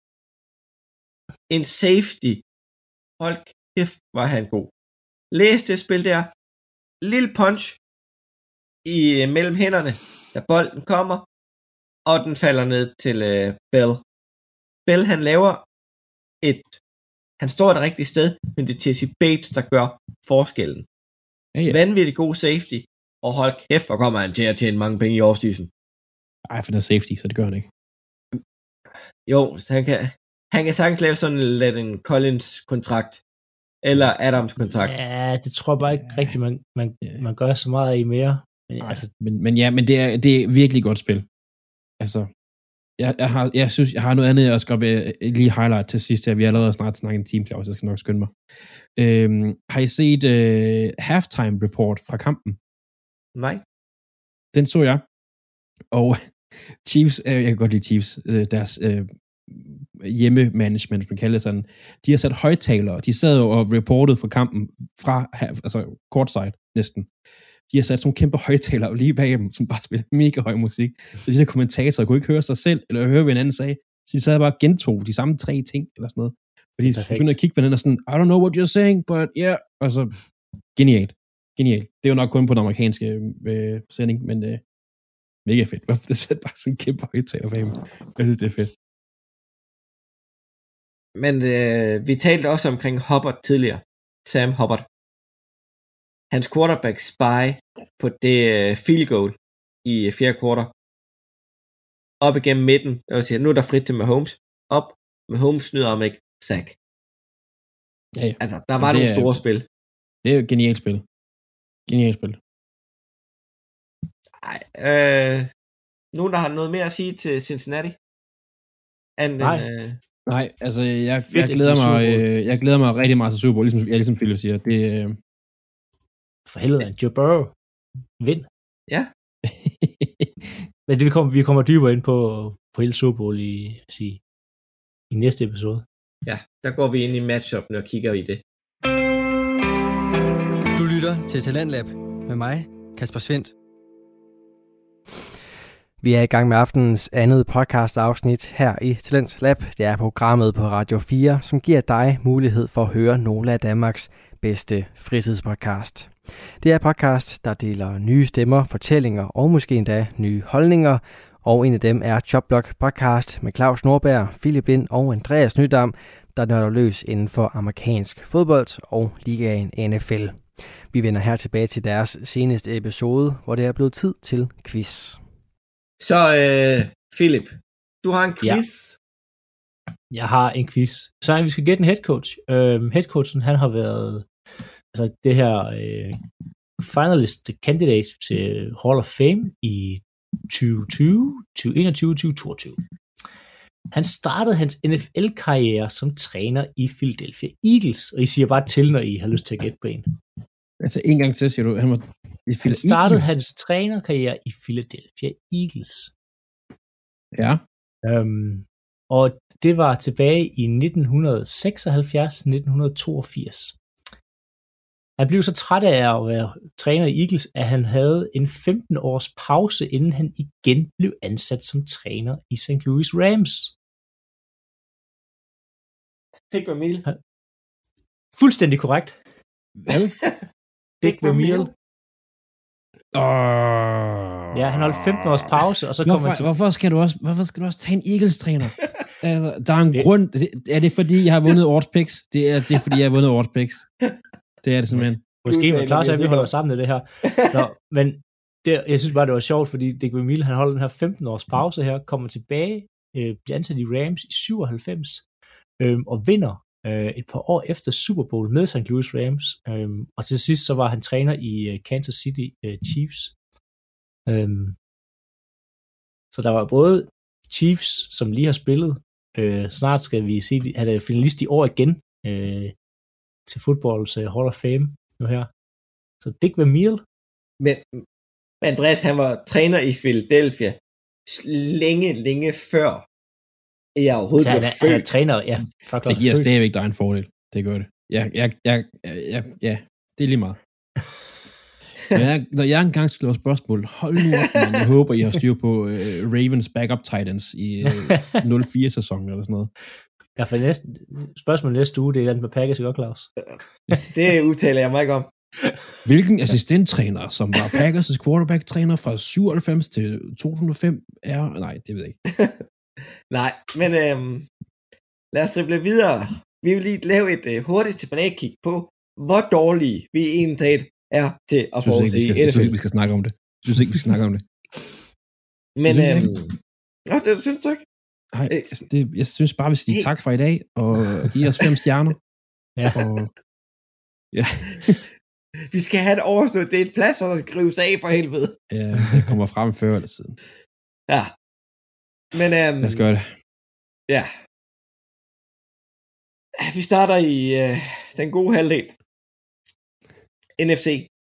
En safety. Hold kæft, var han god. Læs det spil der. Lille punch i mellem hænderne, da bolden kommer, og den falder ned til uh, Bell. Bell, han laver et, han står et rigtigt sted, men det er Chasey Bates, der gør forskellen. Ja, ja. Vanvittig god safety, og hold kæft, hvor kommer han til at tjene mange penge i offseason. Ej, for den er safety, så det gør han ikke. Jo, så han kan, han kan sagtens lave sådan en Collins-kontrakt, eller Adams-kontrakt. Ja, det tror jeg bare ikke rigtigt, man, man, man gør så meget i mere. Men, Ej, altså, men, men ja, men det er, det er virkelig godt spil. Altså, jeg, jeg, har, jeg synes, jeg har noget andet, jeg skal lige highlight til sidst her. Vi har allerede snart snakket en time, Claus, jeg skal nok skynde mig. Øhm, har I set uh, halftime report fra kampen? Nej. Den så jeg. Og Chiefs, øh, jeg kan godt lide Chiefs, øh, deres øh, hjemmemanagement, man kalder det sådan, de har sat højtalere, de sad og reportede fra kampen fra, altså courtside næsten. De har sat sådan nogle kæmpe højtalere lige bag dem, som bare spiller mega høj musik. Så de der kommentatorer kunne ikke høre sig selv, eller høre, hvad en anden sagde. Så de sad bare og gentog de samme tre ting, eller sådan noget. Og de begyndte at kigge på den og sådan, I don't know what you're saying, but yeah. Og så, genialt. Genialt. Det er jo nok kun på den amerikanske øh, sending, men øh, mega fedt. Det sætter bare sådan en kæmpe højtaler bag dem. Jeg synes, det er fedt. men øh, vi talte også omkring Hubbard tidligere. Sam Hubbard. Hans quarterback spy på det øh, field goal i fjerde kvartal. Op igennem midten. Jeg vil sige, nu er der frit til Mahomes. Op. Mahomes snyder om ikke. Sack. Ja, ja. Altså, der var nogle er, store spil. Det er jo genialt spil. Genialt spil. Nej, øh, nogen, der har noget mere at sige til Cincinnati? And Nej. Den, øh... Nej, altså, jeg, Fedt, jeg, glæder ikke mig, til øh, jeg glæder mig rigtig meget til Super Bowl, ligesom, ja, ligesom Philip siger. Det, øh... For helvede, Joe Burrow. Vind. Ja. Men det, vi, kommer, vi kommer dybere ind på, på hele Super Bowl i, sige, i næste episode. Ja, der går vi ind i matchuppen og kigger i det. Du lytter til Talentlab med mig, Kasper Svendt. Vi er i gang med aftenens andet podcast-afsnit her i Talent Lab. Det er programmet på Radio fire, som giver dig mulighed for at høre nogle af Danmarks bedste fritidspodcast. Det er podcast, der deler nye stemmer, fortællinger og måske endda nye holdninger. Og en af dem er Chopblock podcast med Claus Nordberg, Philip Lind og Andreas Nydam, der nørder løs inden for amerikansk fodbold og ligaen N F L. Vi vender her tilbage til deres seneste episode, hvor det er blevet tid til quiz. Så øh, Philip, du har en quiz. Ja. Jeg har en quiz. Så vi skal gætte en headcoach. Øhm, headcoachen, han har været altså det her øh, finalist candidate til Hall of Fame i tyve tyve, tyve enogtyve, tyve toogtyve. Han startede hans N F L-karriere som træner i Philadelphia Eagles, og I siger bare til, når I har lyst til at gætte på en. Altså en gang til, siger du, han var i Han startede Eagles. hans trænerkarriere i Philadelphia Eagles. Ja. Øhm, og det var tilbage i nitten seksoghalvfjerds til nitten toogfirs. Han blev så træt af at være træner i Eagles, at han havde en femten års pause, inden han igen blev ansat som træner i Saint Louis Rams. Dick Vermeil. Fuldstændig korrekt. Hvad? Dick Vermeil. Oh. Ja, han holdt femten års pause, og så kom Hvorfor, han til... hvorfor, skal du også, hvorfor skal du også tage en Eagles-træner? altså, der er en det... grund. Er det fordi, jeg har vundet Orts Picks? Det er det, fordi jeg har vundet Orts Picks. Det er det simpelthen. Måske var klar til, at vi holder sammen med det her. Nå, men det, jeg synes bare, det var sjovt, fordi Dick Vermeil, han holdt den her femten års pause her, kommer tilbage, øh, bliver ansat i Rams i syvoghalvfems, øh, og vinder øh, et par år efter Super Bowl med Saint Louis Rams, øh, og til sidst så var han træner i øh, Kansas City øh, Chiefs. Øh, så der var både Chiefs, som lige har spillet, øh, snart skal vi se, han er finalist i år igen, øh, til fodbolds uh, Hall of Fame nu her. Så Dick Vermeil. Men Andreas, han var træner i Philadelphia længe, længe før jeg overhovedet blev født. Han er træner, ja. Det giver stadigvæk dig en fordel. Det gør det. Ja, ja, ja, ja, ja det er lige meget. jeg, når jeg engang skal lave spørgsmål, hold nu op, man. Jeg håber, I har styr på uh, Ravens backup Titans i uh, nul fire sæsonen eller sådan noget. Ja, for næste, spørgsmål næste uge, det er den med Packers, ikke, Claus? Det udtaler jeg mig ikke om. Hvilken assistenttræner, som var Packers' quarterback-træner fra syvoghalvfems til to tusind og fem, er... Nej, det ved jeg ikke. Nej, men øhm, lad os drible videre. Vi vil lige lave et øh, hurtigt tilbagekig på, hvor dårlige vi egentlig er til at forudse i N F L. Jeg synes ikke, vi skal snakke om det. Jeg synes ikke, vi skal snakke om det. Men, øhm... Nå, det synes du ikke? Nej, altså det, jeg synes bare, vi skal sige tak for i dag, og give os fem stjerner. Ja. Og, ja. Vi skal have et overstået. Det er et plads, der skal rives af for helvede. Ja, det kommer frem før eller siden. Ja. Men, øhm, lad os gøre det. Ja. Vi starter i øh, den gode halvdel. N F C.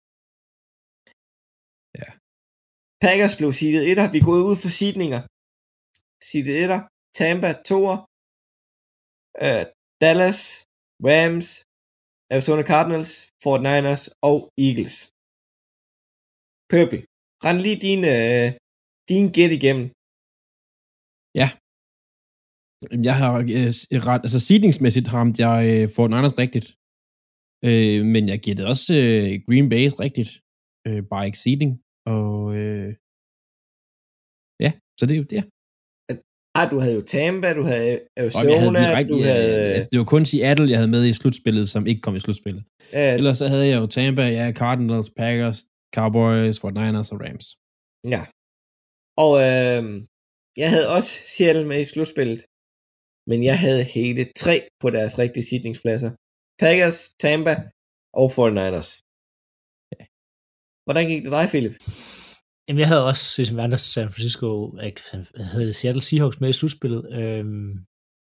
Ja. Packers blev seedet etter. Vi er gået ud for seedninger. Seedet etter. Tampa toer. Øh, Dallas, Rams, Arizona Cardinals, forty-niners og Eagles. Pørby, rend lige din, øh, din gæt igennem. Ja. Jeg har øh, ret, altså seedingsmæssigt har jeg øh, forty-niners rigtigt. Øh, men jeg gættede også øh, Green Bay rigtigt. Øh, bare ikke seeding. Og øh, ja, så det er jo det. Ah, du havde jo Tampa, du havde Arizona, jeg havde direkte, du havde... ja, det var kun Seattle, jeg havde med i slutspillet, som ikke kom i slutspillet. Uh, Ellers så havde jeg jo Tampa, ja, Cardinals, Packers, Cowboys, forty-niners og Rams. Ja. Og øh, jeg havde også Seattle med i slutspillet, men jeg havde hele tre på deres rigtige sidningspladser. Packers, Tampa og forty-niners. Ja. Hvordan gik det dig, Philip? Jamen, jeg havde også ligesom andre San Francisco, ikke, jeg havde Seattle Seahawks med i slutspillet, øhm,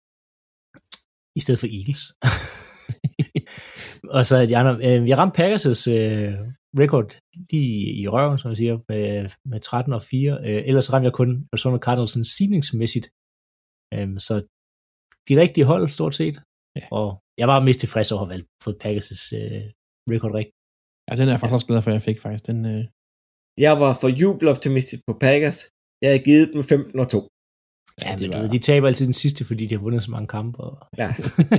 i stedet for Eagles. Og så de andre, øh, jeg ramte Packers' øh, record lige i røven, som jeg siger, med, med tretten og fire. Øh, ellers ramte jeg kun Arizona Cardinals sådan sidningsmæssigt. Øh, så de rigtige hold, stort set. Ja. Og jeg var mest tilfreds over at have valgt fået Packers' øh, record rigtigt. Ja, den er jeg faktisk også glad for, at jeg fik faktisk. Den, øh... Jeg var for jubeloptimistisk på Packers. Jeg havde givet dem femten og to. Ja, men var... de taber altid den sidste, fordi de har vundet så mange kampe. Og... Ja.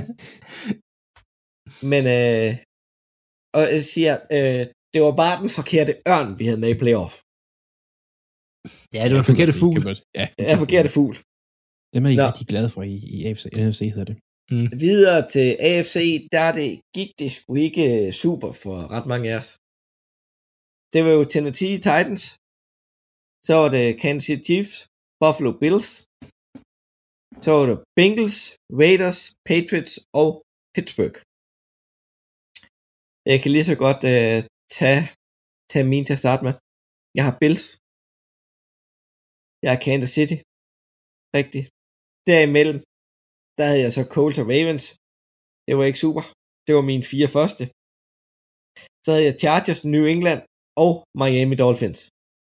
Men, øh, og jeg siger, øh, det var bare den forkerte ørn, vi havde med i playoff. Ja, det var den forkerte fugl. Ja, ja, forkerte fugl. Dem er I Nå. rigtig glade for i, i A F C, N F C hedder det. Mm. Videre til A F C, der det, gik det sgu ikke super for ret mange af os. Det var jo Tennessee Titans, så var det Kansas City Chiefs, Buffalo Bills, så var det Bengals, Raiders, Patriots og Pittsburgh. Jeg kan lige så godt uh, tage, tage min til at starte med. Jeg har Bills. Jeg har Kansas City. Rigtigt. Derimellem, der havde jeg så Colts og Ravens. Det var ikke super. Det var mine fire første. Så havde jeg Chargers, New England og Miami Dolphins.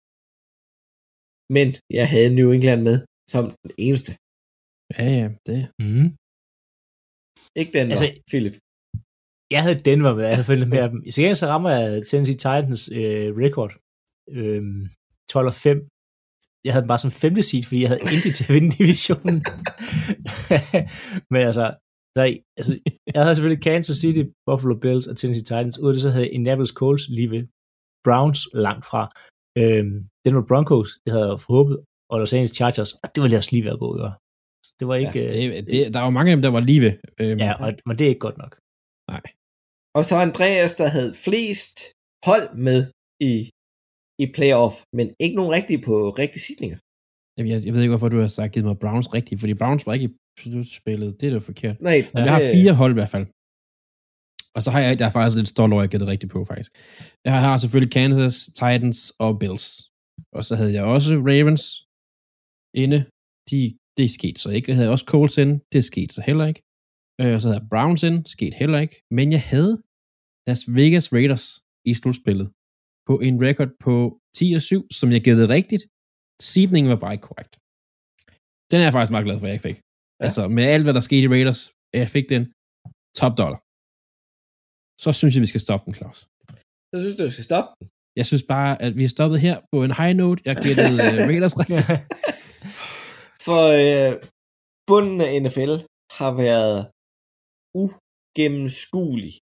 Men jeg havde New England med som den eneste. Ja, ja, det. Mm. Ikke den, altså, Philip. Jeg havde Denver med, jeg havde følt med af dem. Så igen så rammer jeg Tennessee Titans øh, record. Øh, tolv og fem. Jeg havde dem bare som femte seed, fordi jeg havde intet til at vinde divisionen. Men altså, der, altså, jeg havde selvfølgelig Kansas City, Buffalo Bills og Tennessee Titans. Ude af det så havde jeg Indianapolis Colts lige ved. Browns langt fra. Øh, Denver Broncos, det havde jeg forhåbet. Og Los Angeles Chargers, det var lige også lige ved at gå, jo. Det var ikke... Ja, det, det, der var mange af dem, der var lige ved. Øhm, ja, og, men det er ikke godt nok. Nej. Og så Andreas, der havde flest hold med i, i playoff, men ikke nogen rigtige på rigtige sidninger. Jamen, jeg, jeg ved ikke, hvorfor du har sagt, givet mig Browns rigtigt, fordi Browns var ikke i spillet. Det er da forkert. Nej. Men jeg har fire hold i hvert fald. Og så har jeg, der er faktisk lidt stolt over, at jeg gættede rigtigt på, faktisk. Jeg har selvfølgelig Kansas, Titans og Bills. Og så havde jeg også Ravens inde. De, det skete så ikke. Jeg havde også Colts inde. Det skete så heller ikke. Og så havde jeg Browns inde. Skete heller ikke. Men jeg havde Las Vegas Raiders i slutspillet på en record på ti og syv, som jeg gættede rigtigt. Seedningen var bare ikke korrekt. Den er jeg faktisk meget glad for, at jeg ikke fik. Ja. Altså, med alt, hvad der skete i Raiders, jeg fik den top dollar. Så synes jeg, vi skal stoppe den, Claus. Så synes du, vi skal stoppe den? Jeg synes bare, at vi er stoppet her på en high note. Jeg gættede uh, Raiders rigtigt. For øh, bunden af N F L har været ugennemskuelig.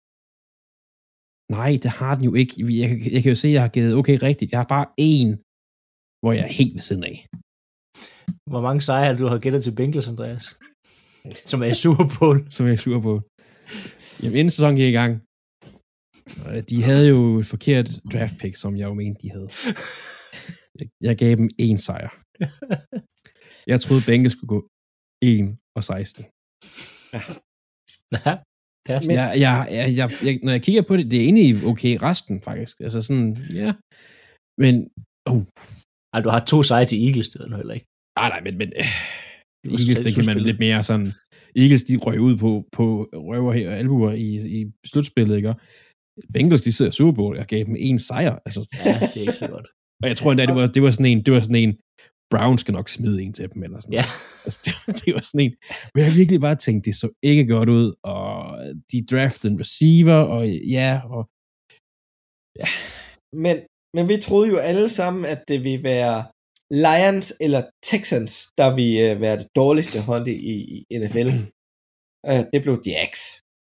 Nej, det har den jo ikke. Jeg, jeg, jeg kan jo se, at jeg har givet okay rigtigt. Jeg har bare én, hvor jeg er helt ved siden af. Hvor mange sejre du har gættet til Bengals, Andreas? Som er i Super Bowl. Som er i Super Bowl. Jamen, inden sæsonen gik i gang, de havde jo et forkert draft pick, som jeg jo mente, de havde. Jeg, jeg gav dem én sejr. Jeg troede, Bengals skulle gå en og seksten. Ja. Men, jeg, jeg, jeg, jeg, jeg, når jeg kigger på det, det er egentlig okay resten, faktisk. Altså sådan, ja. Men, oh. Ej, du har to sejre til Eagles, det er nu heller ikke. Nej, nej, men, men Eagles, det kan man lidt mere sådan, Eagles, de røg ud på, på røver og albuer i, i slutspillet, ikke? Bengals, de sidder Super Bowl, jeg gav dem en sejr. Altså, ja, det er ikke så godt. Og jeg tror endda, det var, det var sådan en, det var sådan en, Brown skal nok smide en til dem, eller sådan ja. Altså, det, det var sådan en, hvor jeg virkelig bare tænkte, det så ikke godt ud, og de draftede en receiver, og ja, og ja. Men, men vi troede jo alle sammen, at det ville være Lions eller Texans, der ville være det dårligste hold i, i N F L. uh, det blev Jags.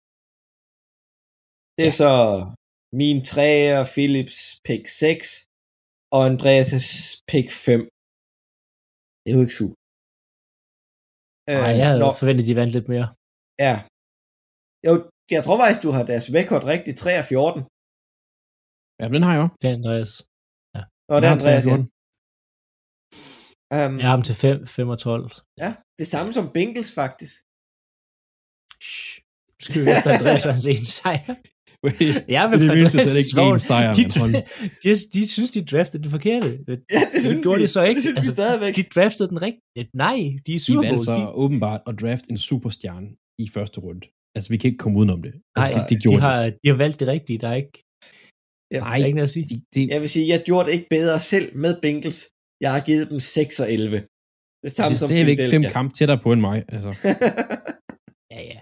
Det er ja. Så min treer, Philips pick seks, og Andreas' pick fem. Det er jo ikke super. Nej, jeg havde Når... forventet, de vandt lidt mere. Ja. Jo, jeg tror faktisk, du har deres record rigtigt, tre og fjorten. Ja, den har jeg også. Det er Andreas. Ja. Nå, det er Andreas, ja. Um, jeg har dem til fem og tolv. Ja, det samme som Bengals, faktisk. Shhh. Skal vi efter Andreas og hans ene sejr? Ja, men det er virkelig ikke en sejr. De, de, de synes, de draftede den forkerte. Ja, det synes det gjorde vi. de så ikke. Det synes altså, vi stadigvæk. De draftede den rigtigt. Nej, de er Super Bowl. De valgte så de... åbenbart at drafte en superstjerne i første runde. Altså, vi kan ikke komme udenom det. Altså, Nej, de, de, de, har, de har valgt det rigtige. Der er ikke, ja, Nej, der er ikke noget at sige. De, de... Jeg vil sige, jeg gjorde det ikke bedre selv med Bengals. Jeg har givet dem seks og elleve. Det er samme det, som det er ikke fem kampe tættere på end mig. Altså. ja, ja.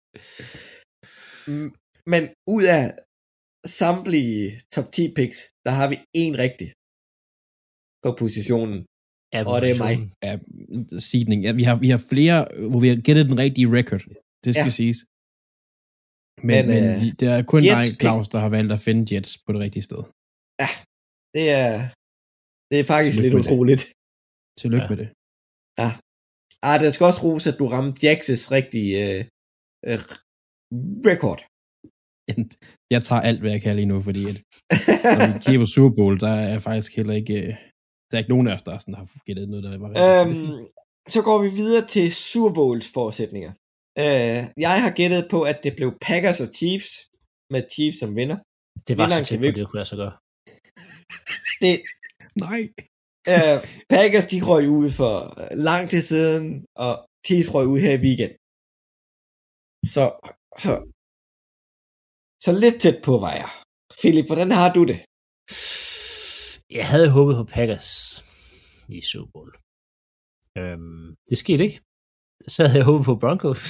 Men ud af samtlige top ti picks, der har vi en rigtig på positionen. Ja, og det er mig. Ja, seedning. Ja, vi har, vi har flere, hvor vi har gættet den rigtige record. Det skal ja. siges. Men, men, men øh, det er kun dig, Claus, der har valgt at finde Jets på det rigtige sted. Ja, det er, det er faktisk Tillykke lidt utroligt. Det. Tillykke ja. med det. Ja. Ah, det skal også rose, at du ramte Jax's rigtige øh, øh, record. Jeg tager alt, hvad jeg kan lige nu, fordi at, når vi kigger på Super Bowl, der er faktisk heller ikke, der er ikke nogen af os, der sådan har gættet noget, der var rigtig øhm, så går vi videre til Super Bowls forudsætninger. Øh, jeg har gættet på, at det blev Packers og Chiefs, med Chiefs som vinder. Det var så tæt på, det kunne jeg så gøre. Det, Nej. øh, Packers, de røg ud for lang tid siden, og Chiefs røg ud her i weekend. Så, så Så lidt tæt på var jeg. Philip, hvordan har du det? Jeg havde håbet på Packers i Super Bowl. Øhm, det skete ikke. Så havde jeg håbet på Broncos.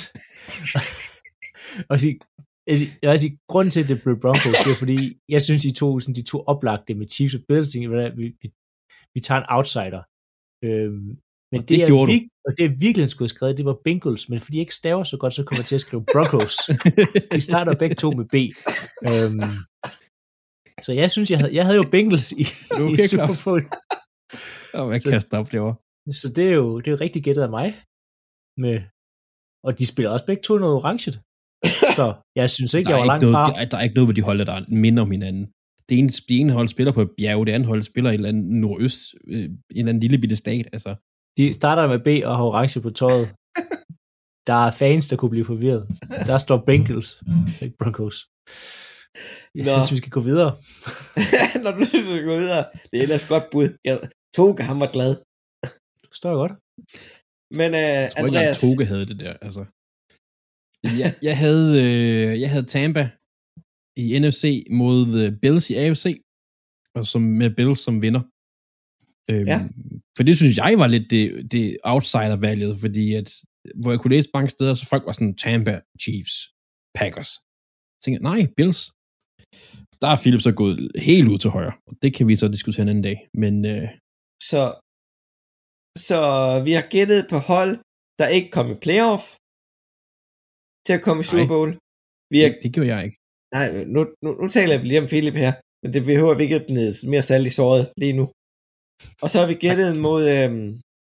og sige, jeg vil sige, grunden til, at det blev Broncos, det er fordi, jeg synes, I to, sådan, de to oplagte med Chiefs og Bills, vi, vi, vi tager en outsider. Øhm, men og det, det, er gjorde vir- og det er virkelig skulle have skrevet, det var Bengals, men fordi jeg ikke staver så godt, så kommer jeg til at skrive Broncos. De starter begge to med B. Øhm, så jeg synes, jeg havde, jeg havde jo Bengals i, i Super Bowl. Og hvad kaster op derovre? Så det er jo, det er jo rigtig gættet af mig. Med, og de spiller også begge to noget orange. Så jeg synes ikke, jeg var langt noget, fra. Der er, der er ikke noget, hvor de holder, der minder om hinanden. Det ene, det ene hold spiller på et bjerg, det andet hold spiller i et eller andet nordøst, øh, en eller anden lille bitte stat, altså. De starter med B og har orange på tøjet. Der er fans, der kunne blive forvirret. Der står Bengals, ikke Broncos. Jeg Nå. synes, vi skal gå videre. Når du skal gå videre. Det er ellers godt bud. Jeg, Toga, han var glad. Det forstår jeg godt. Men uh, jeg tror Andreas... ikke, Toga havde det der, altså. Jeg, jeg, havde, øh, jeg havde Tampa i N F C mod Bills i A F C, og som, med Bills som vinder. Øhm, ja. For det synes jeg var lidt det, det outsider-valget, fordi at, hvor jeg kunne læse mange steder, så folk var sådan, Tampa, Chiefs, Packers. Jeg tænkte, nej, Bills. Der er Philip så gået helt ud til højre, og det kan vi så diskutere en anden dag, men... Øh... Så, så vi har gættet på hold, der ikke kom i playoff, til at komme i Super Bowl. Vi har... det, det gjorde jeg ikke. Nej, nu, nu, nu taler vi lige om Philip her, men det behøver vi ikke at ned mere salt i såret lige nu. Og så har vi gættet mod øhm,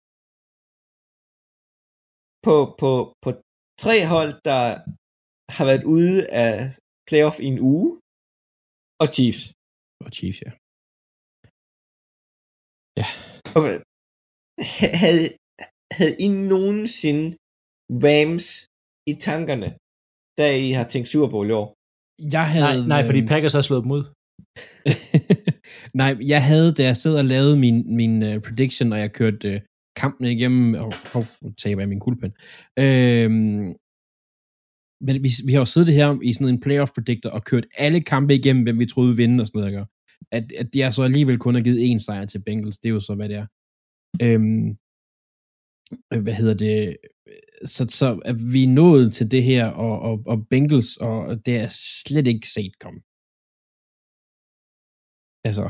på, på, på tre hold, der har været ude af playoff i en uge, og Chiefs. Og Chiefs, ja. Ja. Og, havde, havde I nogensinde Rams i tankerne, da I har tænkt Super Bowl i år? Jeg havde, nej, nej, fordi Packers har slået dem ud. Nej, jeg havde, da jeg sad og lavede min, min uh, prediction, og jeg kørte uh, kampen igennem, og oh, nu taber jeg min kuglepen. Øhm, men vi, vi har jo siddet her i sådan en playoff predictor, og kørt alle kampe igennem, hvem vi troede ville vinde, og sådan noget, ikke? At, at jeg så alligevel kun har givet én sejr til Bengals, det er jo så, hvad det er. Øhm, hvad hedder det? Så, så er vi nået til det her, og, og, og Bengals, og det er slet ikke set komme. Altså.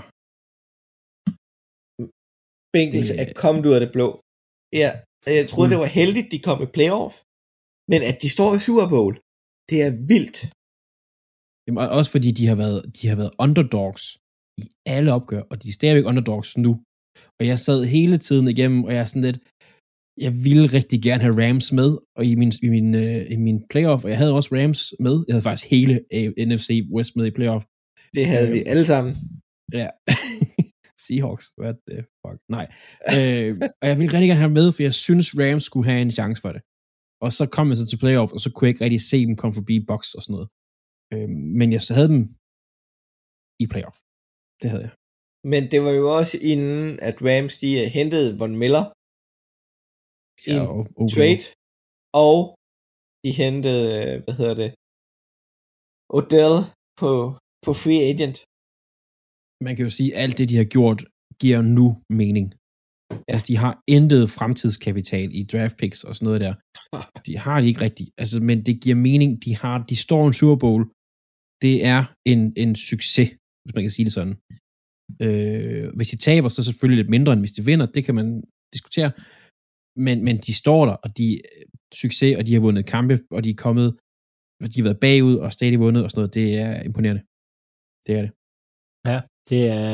Bengals det... er kommet ud af det blå. Ja, jeg troede, mm. det var heldigt, de kom i playoff, men at de står i Super Bowl, det er vildt. Jamen, også fordi de har været, de har været underdogs i alle opgør, og de er stadigvæk underdogs nu. Og jeg sad hele tiden igennem, og jeg er sådan lidt, jeg ville rigtig gerne have Rams med, og i min, i min, uh, i min playoff, og jeg havde også Rams med. Jeg havde faktisk hele uh, N F C West med i playoff. Det havde øh, vi alle sammen. Ja. Seahawks, what the fuck, nej. øh, og jeg ville rigtig gerne have med, for jeg synes, Rams skulle have en chance for det. Og så kom jeg så til playoff, og så kunne jeg ikke rigtig se dem komme forbi box og sådan noget. Øh, men jeg så havde dem i playoff. Det havde jeg. Men det var jo også inden, at Rams, de hentede Von Miller i ja, en okay. trade, og de hentede, hvad hedder det, Odell på, på free agent. Man kan jo sige, at alt det, de har gjort, giver nu mening. Ja. Altså, de har intet fremtidskapital i draft picks og sådan noget der. De har de ikke rigtigt. Altså, men det giver mening. De har, de står i en Super Bowl. Det er en, en succes, hvis man kan sige det sådan. Øh, hvis de taber, så er det selvfølgelig lidt mindre, end hvis de vinder. Det kan man diskutere. Men, men de står der, og de er succes, og de har vundet kampe, og de er kommet, de har været bagud, og stadig vundet, og sådan noget. Det er imponerende. Det er det. Ja, det er...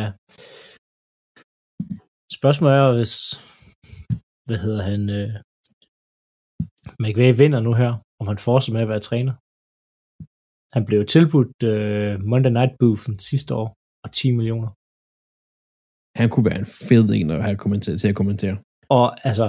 Spørgsmålet er, hvis... Hvad hedder han? Øh... McVay vinder nu her, om han fortsætter med at være træner. Han blev tilbudt øh, Monday Night Boothen sidste år, og ti millioner. Han kunne være en fed en at have kommenteret, til at kommentere. Og altså...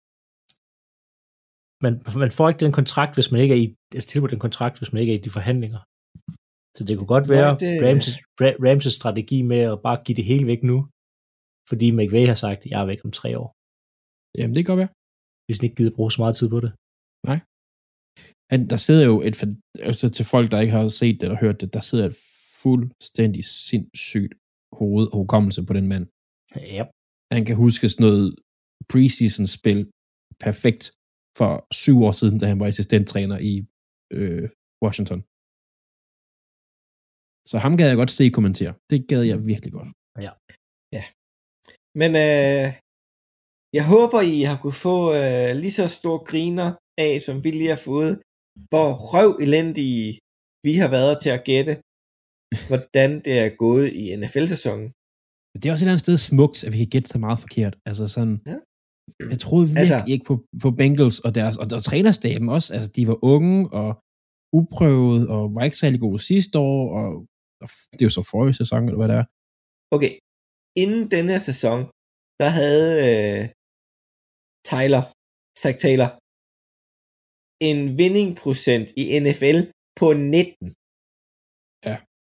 Man, man får ikke den kontrakt, hvis man ikke er i... Altså tilbudt den kontrakt, hvis man ikke er i de forhandlinger. Så det kunne godt være Nej, det... Rams' Rams' strategi med at bare give det hele væk nu, fordi McVay har sagt, at jeg er væk om tre år. Jamen, det kan godt være. Hvis han ikke gider bruge så meget tid på det. Nej. Han, der sidder jo et, altså til folk, der ikke har set det eller hørt det, der sidder et fuldstændig sindssygt hoved og hukommelse på den mand. Ja. Han kan huske sådan noget preseason-spil perfekt for syv år siden, da han var assistenttræner i øh, Washington. Så ham gad jeg godt se kommentere. Det gad jeg virkelig godt. Ja. Ja. Men øh, jeg håber, I har kunne få øh, lige så store griner af, som vi lige har fået, hvor røv elendige vi har været til at gætte, hvordan det er gået i N F L-sæsonen. Det er også et eller andet sted smukt, at vi kan gætte så meget forkert. Altså sådan, ja. Jeg troede virkelig altså, ikke på, på Bengals og deres, og, og trænerstaben også. Altså, de var unge og uprøvet, og var ikke særlig gode sidste år, og, og det er jo så forrige sæson, eller hvad det er. Okay, inden denne sæson, der havde øh, Tyler, Zach Taylor, en winning procent i N F L på nitten. Ja.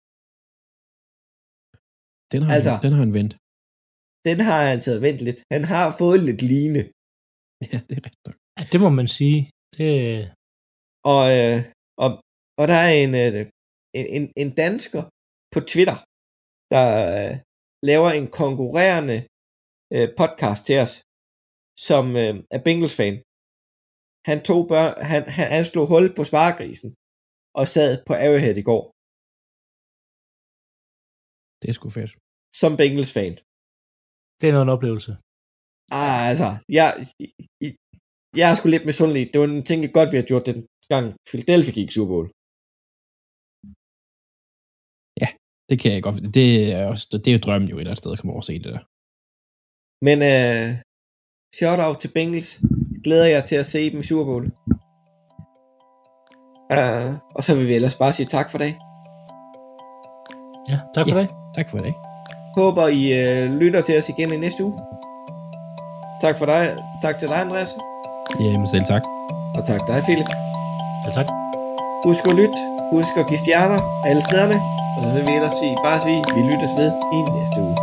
Den har, altså, han, den har han vendt. Den har han altså vendt lidt. Han har fået lidt ligne. Ja, det er rigtigt nok. Ja, det må man sige. Det... Og, øh, og, og der er en, øh, en, en dansker på Twitter, der øh, laver en konkurrerende øh, podcast til os, som øh, er Bengals-fan. Han tog bør, han, han, han slog hul på sparegrisen og sad på Arrowhead i går. Det er sgu fedt. Som Bengals-fan. Det er noget en oplevelse. Ah, altså, jeg, jeg, jeg er sgu lidt misundelig. Det var en ting, jeg godt vi har gjort den gang Philadelphia gik Super Bowl. Ja, det kan jeg godt. Det er, også, det er jo drømmen jo et eller andet sted at komme over og se det der. Men uh, shout out til Bengals. Glæder jeg til at se dem i Super Bowl. Uh, og så vil vi ellers bare sige tak for dag. Ja, tak for ja, dag. Tak for dag. Håber I uh, lytter til os igen i næste uge. Tak for dig. Tak til dig, Andreas. Jamen selv tak. Og tak til dig, Philip. Selv tak. Husk at lytte. Husk at give stjerner alle stederne. Og så vil vi ellers sige, bare sige, vi lyttes ved i næste uge.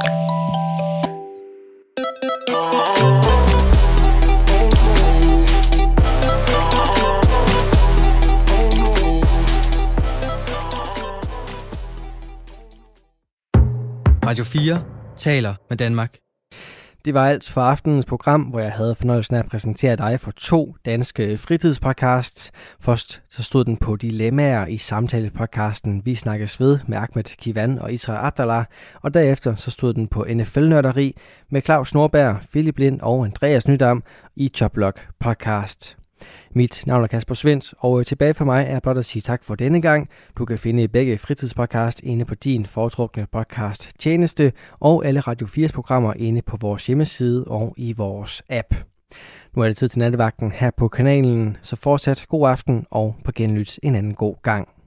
Radio fire taler med Danmark. Det var alt for aftenens program, hvor jeg havde fornøjelsen af at præsentere dig for to danske fritidspodcasts. Først så stod den på dilemmaer i samtalepodcasten Vi Snakkes Ved med Ahmed Kivan og Isra Abdallah, og derefter så stod den på N F L-nørderi med Claus Nordberg, Philip Lind og Andreas Nydam i Chopblock podcast. Mit navn er Kasper Svens, og tilbage for mig er blot at sige tak for denne gang. Du kan finde begge fritidspodcast inde på din foretrukne podcast tjeneste, og alle Radio fires programmer inde på vores hjemmeside og i vores app. Nu er det tid til nattevagten her på kanalen, så fortsat god aften og på genlyt en anden god gang.